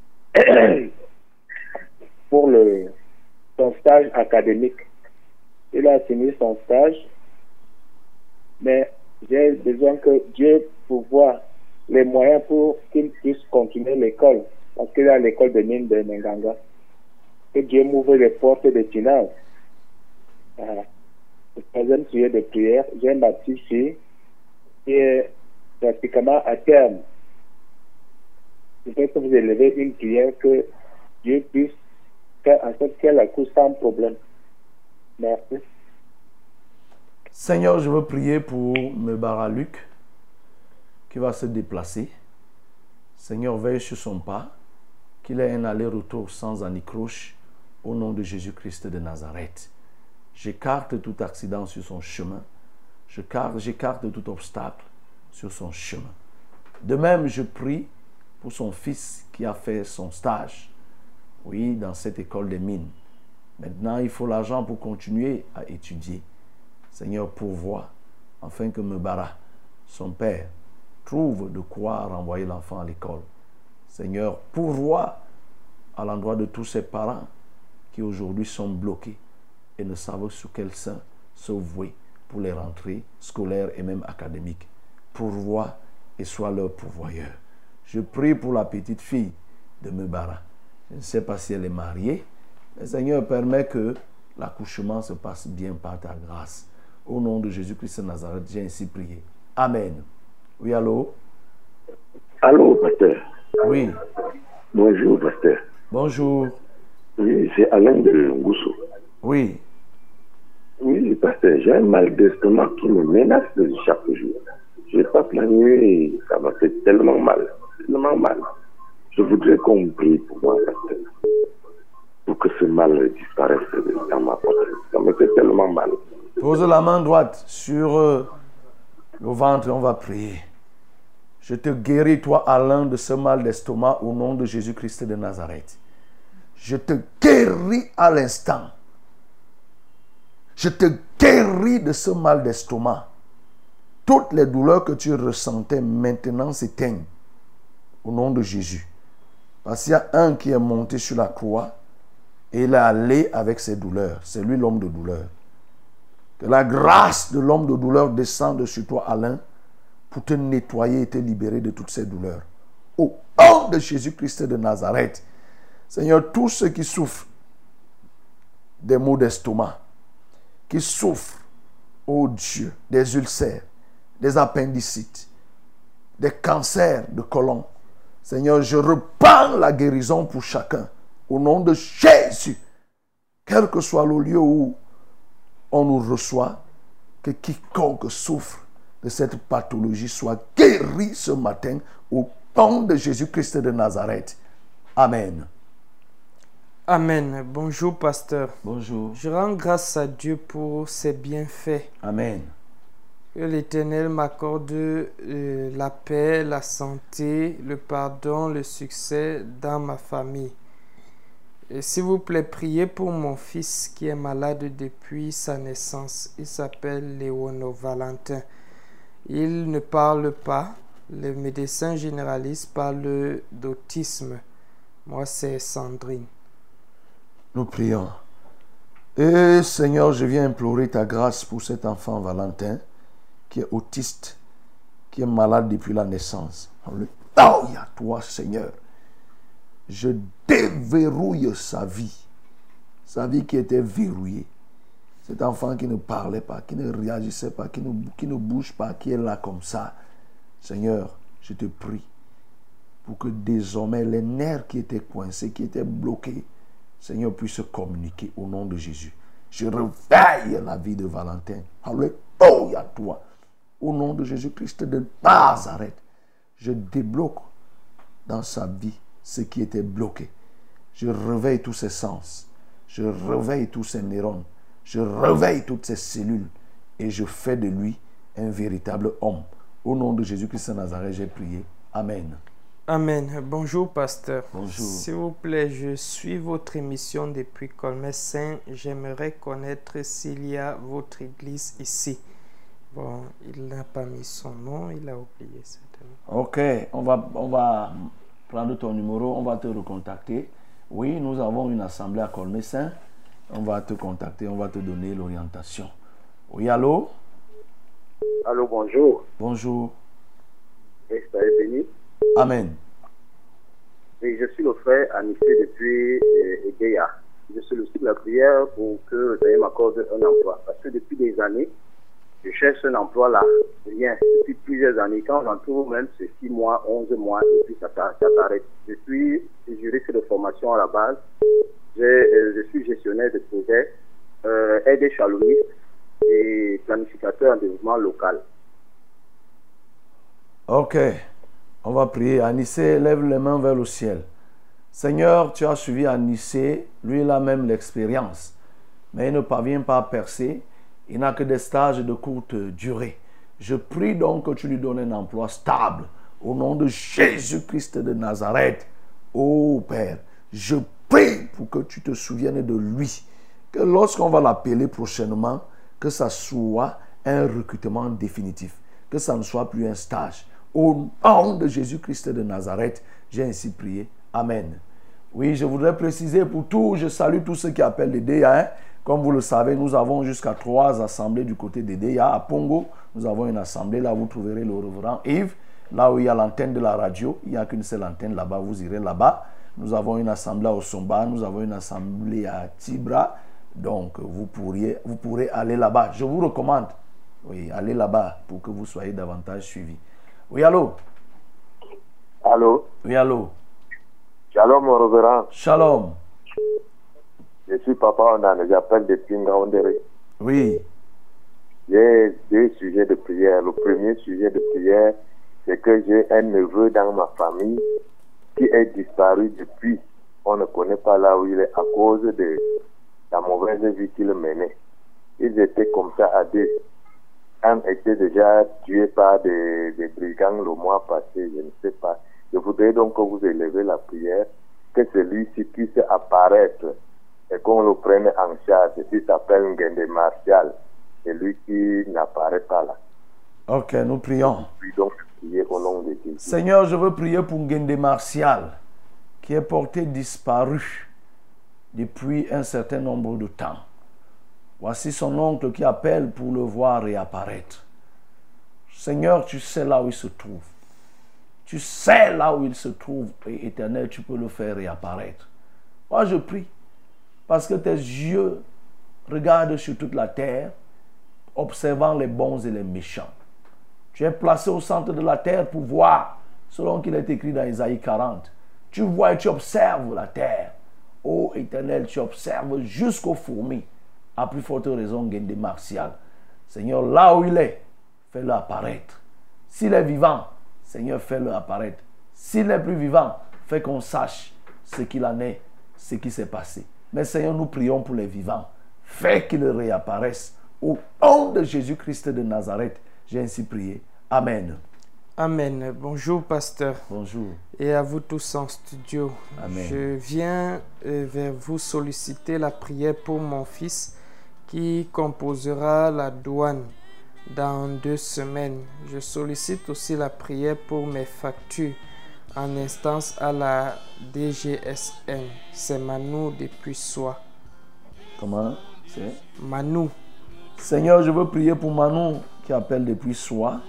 pour son stage académique. Il a fini son stage, mais j'ai besoin que Dieu pourvoie les moyens pour qu'il puisse continuer l'école, parce qu'il est à l'école de mine de Menganga. Que Dieu m'ouvre les portes de finances. Le troisième sujet de prière, j'ai ma petite fille qui est pratiquement à terme. Je veux que vous élevez une prière que Dieu puisse faire en sorte qu'elle accouche sans problème. Merci.
Seigneur, je veux prier pour Mebara Luc qui va se déplacer. Seigneur, veille sur son pas, qu'il ait un aller-retour sans anicroche. au nom de Jésus-Christ de Nazareth. J'écarte tout accident sur son chemin. J'écarte tout obstacle sur son chemin. De même, je prie pour son fils qui a fait son stage, oui, dans cette école des mines. Maintenant, il faut l'argent pour continuer à étudier. Seigneur, pourvois, afin que Mebara, son père, trouve de quoi renvoyer l'enfant à l'école. Seigneur, pourvois à l'endroit de tous ses parents qui aujourd'hui sont bloqués et ne savent sous quel sein se vouer pour les rentrées scolaires et même académiques. Pourvois et sois leur pourvoyeur. Je prie pour la petite fille de Mebara. Je ne sais pas si elle est mariée, mais Seigneur, permet que l'accouchement se passe bien par ta grâce. Au nom de Jésus-Christ de Nazareth, j'ai ainsi prié. Amen. Oui, allô?
Allô, pasteur.
Oui.
Bonjour, pasteur.
Bonjour.
Oui, c'est Alain de Ngousso.
Oui.
Oui, pasteur, j'ai un mal d'estomac qui me menace chaque jour. Je passe la nuit et ça m'a fait tellement mal. Tellement mal. Je voudrais qu'on prie pour moi, pasteur. Pour que ce mal disparaisse dans ma poitrine. Ça me fait tellement mal.
Pose la main droite sur le ventre et on va prier. Je te guéris, toi, Alain, de ce mal d'estomac au nom de Jésus-Christ de Nazareth. Je te guéris à l'instant. Je te guéris de ce mal d'estomac. Toutes les douleurs que tu ressentais maintenant s'éteignent au nom de Jésus. Parce qu'il y a un qui est monté sur la croix et il est allé avec ses douleurs. C'est lui l'homme de douleur. Que la grâce de l'homme de douleur descende sur toi, Alain, pour te nettoyer et te libérer de toutes ces douleurs. Au nom de Jésus-Christ de Nazareth, Seigneur, tous ceux qui souffrent des maux d'estomac, qui souffrent, oh Dieu, des ulcères, des appendicites, des cancers de côlon, Seigneur, je repends la guérison pour chacun. Au nom de Jésus, quel que soit le lieu où on nous reçoit, que quiconque souffre de cette pathologie soit guéri ce matin au nom de Jésus-Christ de Nazareth. Amen.
Amen. Bonjour, pasteur.
Bonjour.
Je rends grâce à Dieu pour ses bienfaits.
Amen.
Que l'Éternel m'accorde la paix, la santé, le pardon, le succès dans ma famille. Et s'il vous plaît, priez pour mon fils qui est malade depuis sa naissance. Il s'appelle Léono Valentin. Il ne parle pas. Le médecin généraliste parle d'autisme. Moi, c'est Sandrine.
Nous prions. Et Seigneur, je viens implorer ta grâce pour cet enfant Valentin qui est autiste, qui est malade depuis la naissance. Alléluia, toi, Seigneur. Je déverrouille sa vie qui était verrouillée. Cet enfant qui ne parlait pas, qui ne réagissait pas, qui ne bouge pas, qui est là comme ça. Seigneur, je te prie pour que désormais les nerfs qui étaient coincés, qui étaient bloqués, Seigneur, puissent communiquer au nom de Jésus. Je réveille la vie de Valentin. Alléluia, toi. Au nom de Jésus-Christ de Nazareth, je débloque dans sa vie ce qui était bloqué. Je réveille tous ses sens. Je réveille tous ses neurones. Je réveille toutes ses cellules. Et je fais de lui un véritable homme. Au nom de Jésus-Christ de Nazareth, j'ai prié. Amen.
Amen. Bonjour, pasteur.
Bonjour.
S'il vous plaît, je suis votre émission depuis Colmès-Saint. J'aimerais connaître s'il y a votre église ici. Bon, il n'a pas mis son nom, il a oublié certainement.
Ok, on va prendre ton numéro, on va te recontacter. Oui, nous avons une assemblée à Colmès-Saint. On va te contacter, on va te donner l'orientation. Oui, allô?
Allô, bonjour.
Bonjour.
Soyez béni.
Amen.
Et je suis le frère Anissé depuis Egeya. Je sollicite la prière pour que le Seigneur m'accorde un emploi. Parce que depuis des années, je cherche un emploi là, rien. Depuis plusieurs années, quand j'en trouve même, c'est 6 mois, 11 mois, et puis ça s'arrête. Je suis juriste de formation à la base. Je suis gestionnaire de projet, aide échelonniste et planificateur en développement local.
Ok. On va prier. Anissé, lève les mains vers le ciel. Seigneur, tu as suivi Anissé, lui il a même l'expérience, mais il ne parvient pas à percer, il n'a que des stages de courte durée. Je prie donc que tu lui donnes un emploi stable, au nom de Jésus-Christ de Nazareth. Oh Père, je prie pour que tu te souviennes de lui, que lorsqu'on va l'appeler prochainement, que ça soit un recrutement définitif, que ça ne soit plus un stage. Au nom de Jésus-Christ de Nazareth, j'ai ainsi prié. Amen. Oui, je voudrais préciser pour tout, je salue tous ceux qui appellent les DA. Comme vous le savez, nous avons jusqu'à 3 assemblées du côté des DA. À Pongo, nous avons une assemblée. Là, vous trouverez le révérend Yves. Là où il y a l'antenne de la radio, il n'y a qu'une seule antenne là-bas, vous irez là-bas. Nous avons une assemblée à Osomba, nous avons une assemblée à Tibra. Donc, vous pourrez aller là-bas. Je vous recommande, oui, allez là-bas pour que vous soyez davantage suivis. Oui, allô?
Allô?
Oui, allô?
Shalom, mon révérend.
Shalom.
Je suis Papa Onane, j'appelle depuis Ngaoundéré.
Oui.
J'ai 2 sujets de prière. Le premier sujet de prière, c'est que j'ai un neveu dans ma famille qui est disparu depuis. On ne connaît pas là où il est à cause de la mauvaise vie qu'il menait. Ils étaient comme ça à 2. Un était déjà tué par des brigands le mois passé, je ne sais pas. Je voudrais donc que vous élevez la prière, que celui-ci puisse apparaître et qu'on le prenne en charge. Il s'appelle Ngende Martial. C'est lui qui n'apparaît pas là.
Ok, nous prions.
Puis donc prier au nom de Jésus.
Seigneur, je veux prier pour Ngende Martial, qui est porté disparu depuis un certain nombre de temps. Voici son oncle qui appelle pour le voir réapparaître. Seigneur, tu sais là où il se trouve. Tu sais là où il se trouve, et Éternel, tu peux le faire réapparaître. Moi, je prie, parce que tes yeux regardent sur toute la terre, observant les bons et les méchants. Tu es placé au centre de la terre pour voir, selon qu'il est écrit dans Isaïe 40. Tu vois et tu observes la terre. Ô Éternel, tu observes jusqu'aux fourmis. À plus forte raison, Ngende Martial. Seigneur, là où il est, fais-le apparaître. S'il est vivant, Seigneur, fais-le apparaître. S'il n'est plus vivant, fais qu'on sache ce qu'il en est, ce qui s'est passé. Mais Seigneur, nous prions pour les vivants. Fais qu'il réapparaisse. Au nom de Jésus-Christ de Nazareth, j'ai ainsi prié. Amen.
Amen. Bonjour, pasteur.
Bonjour.
Et à vous tous en studio.
Amen.
Je viens vers vous solliciter la prière pour mon fils qui composera la douane dans 2 semaines. Je sollicite aussi la prière pour mes factures en instance à la DGSN. C'est Manou depuis Soie.
Comment c'est?
Manou.
Seigneur, je veux prier pour Manou qui appelle depuis Soie,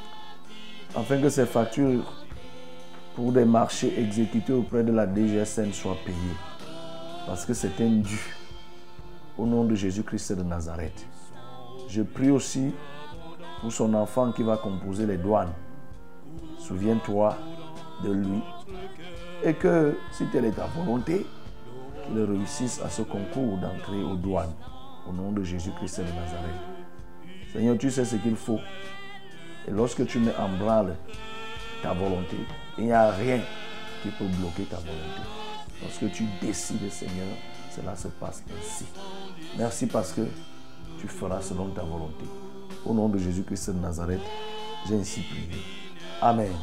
afin que ses factures pour des marchés exécutés auprès de la DGSN soient payées. Parce que c'est un dû. Au nom de Jésus-Christ de Nazareth. Je prie aussi pour son enfant qui va composer les douanes. Souviens-toi de lui. Et que, si telle est ta volonté, qu'il réussisse à ce concours d'entrée aux douanes. Au nom de Jésus-Christ de Nazareth. Seigneur, tu sais ce qu'il faut. Et lorsque tu mets en branle ta volonté, il n'y a rien qui peut bloquer ta volonté. Lorsque tu décides, Seigneur, cela se passe ainsi. Merci parce que tu feras selon ta volonté. Au nom de Jésus-Christ de Nazareth, j'ai ainsi prié. Amen.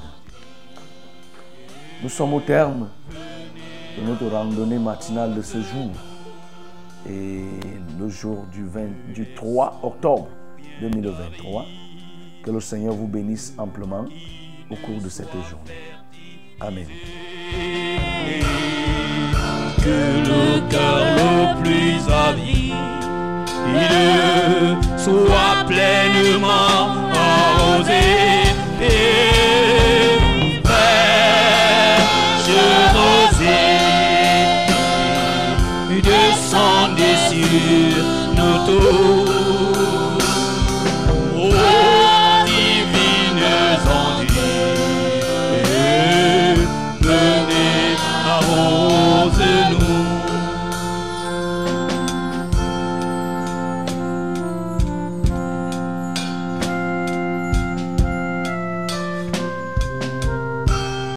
Nous sommes au terme de notre randonnée matinale de ce jour. Et le jour du 3 octobre 2023, que le Seigneur vous bénisse amplement au cours de cette journée. Amen.
Que le cœur le plus avide soit pleinement arrosé et fraîche rosée descendez sur nous tous.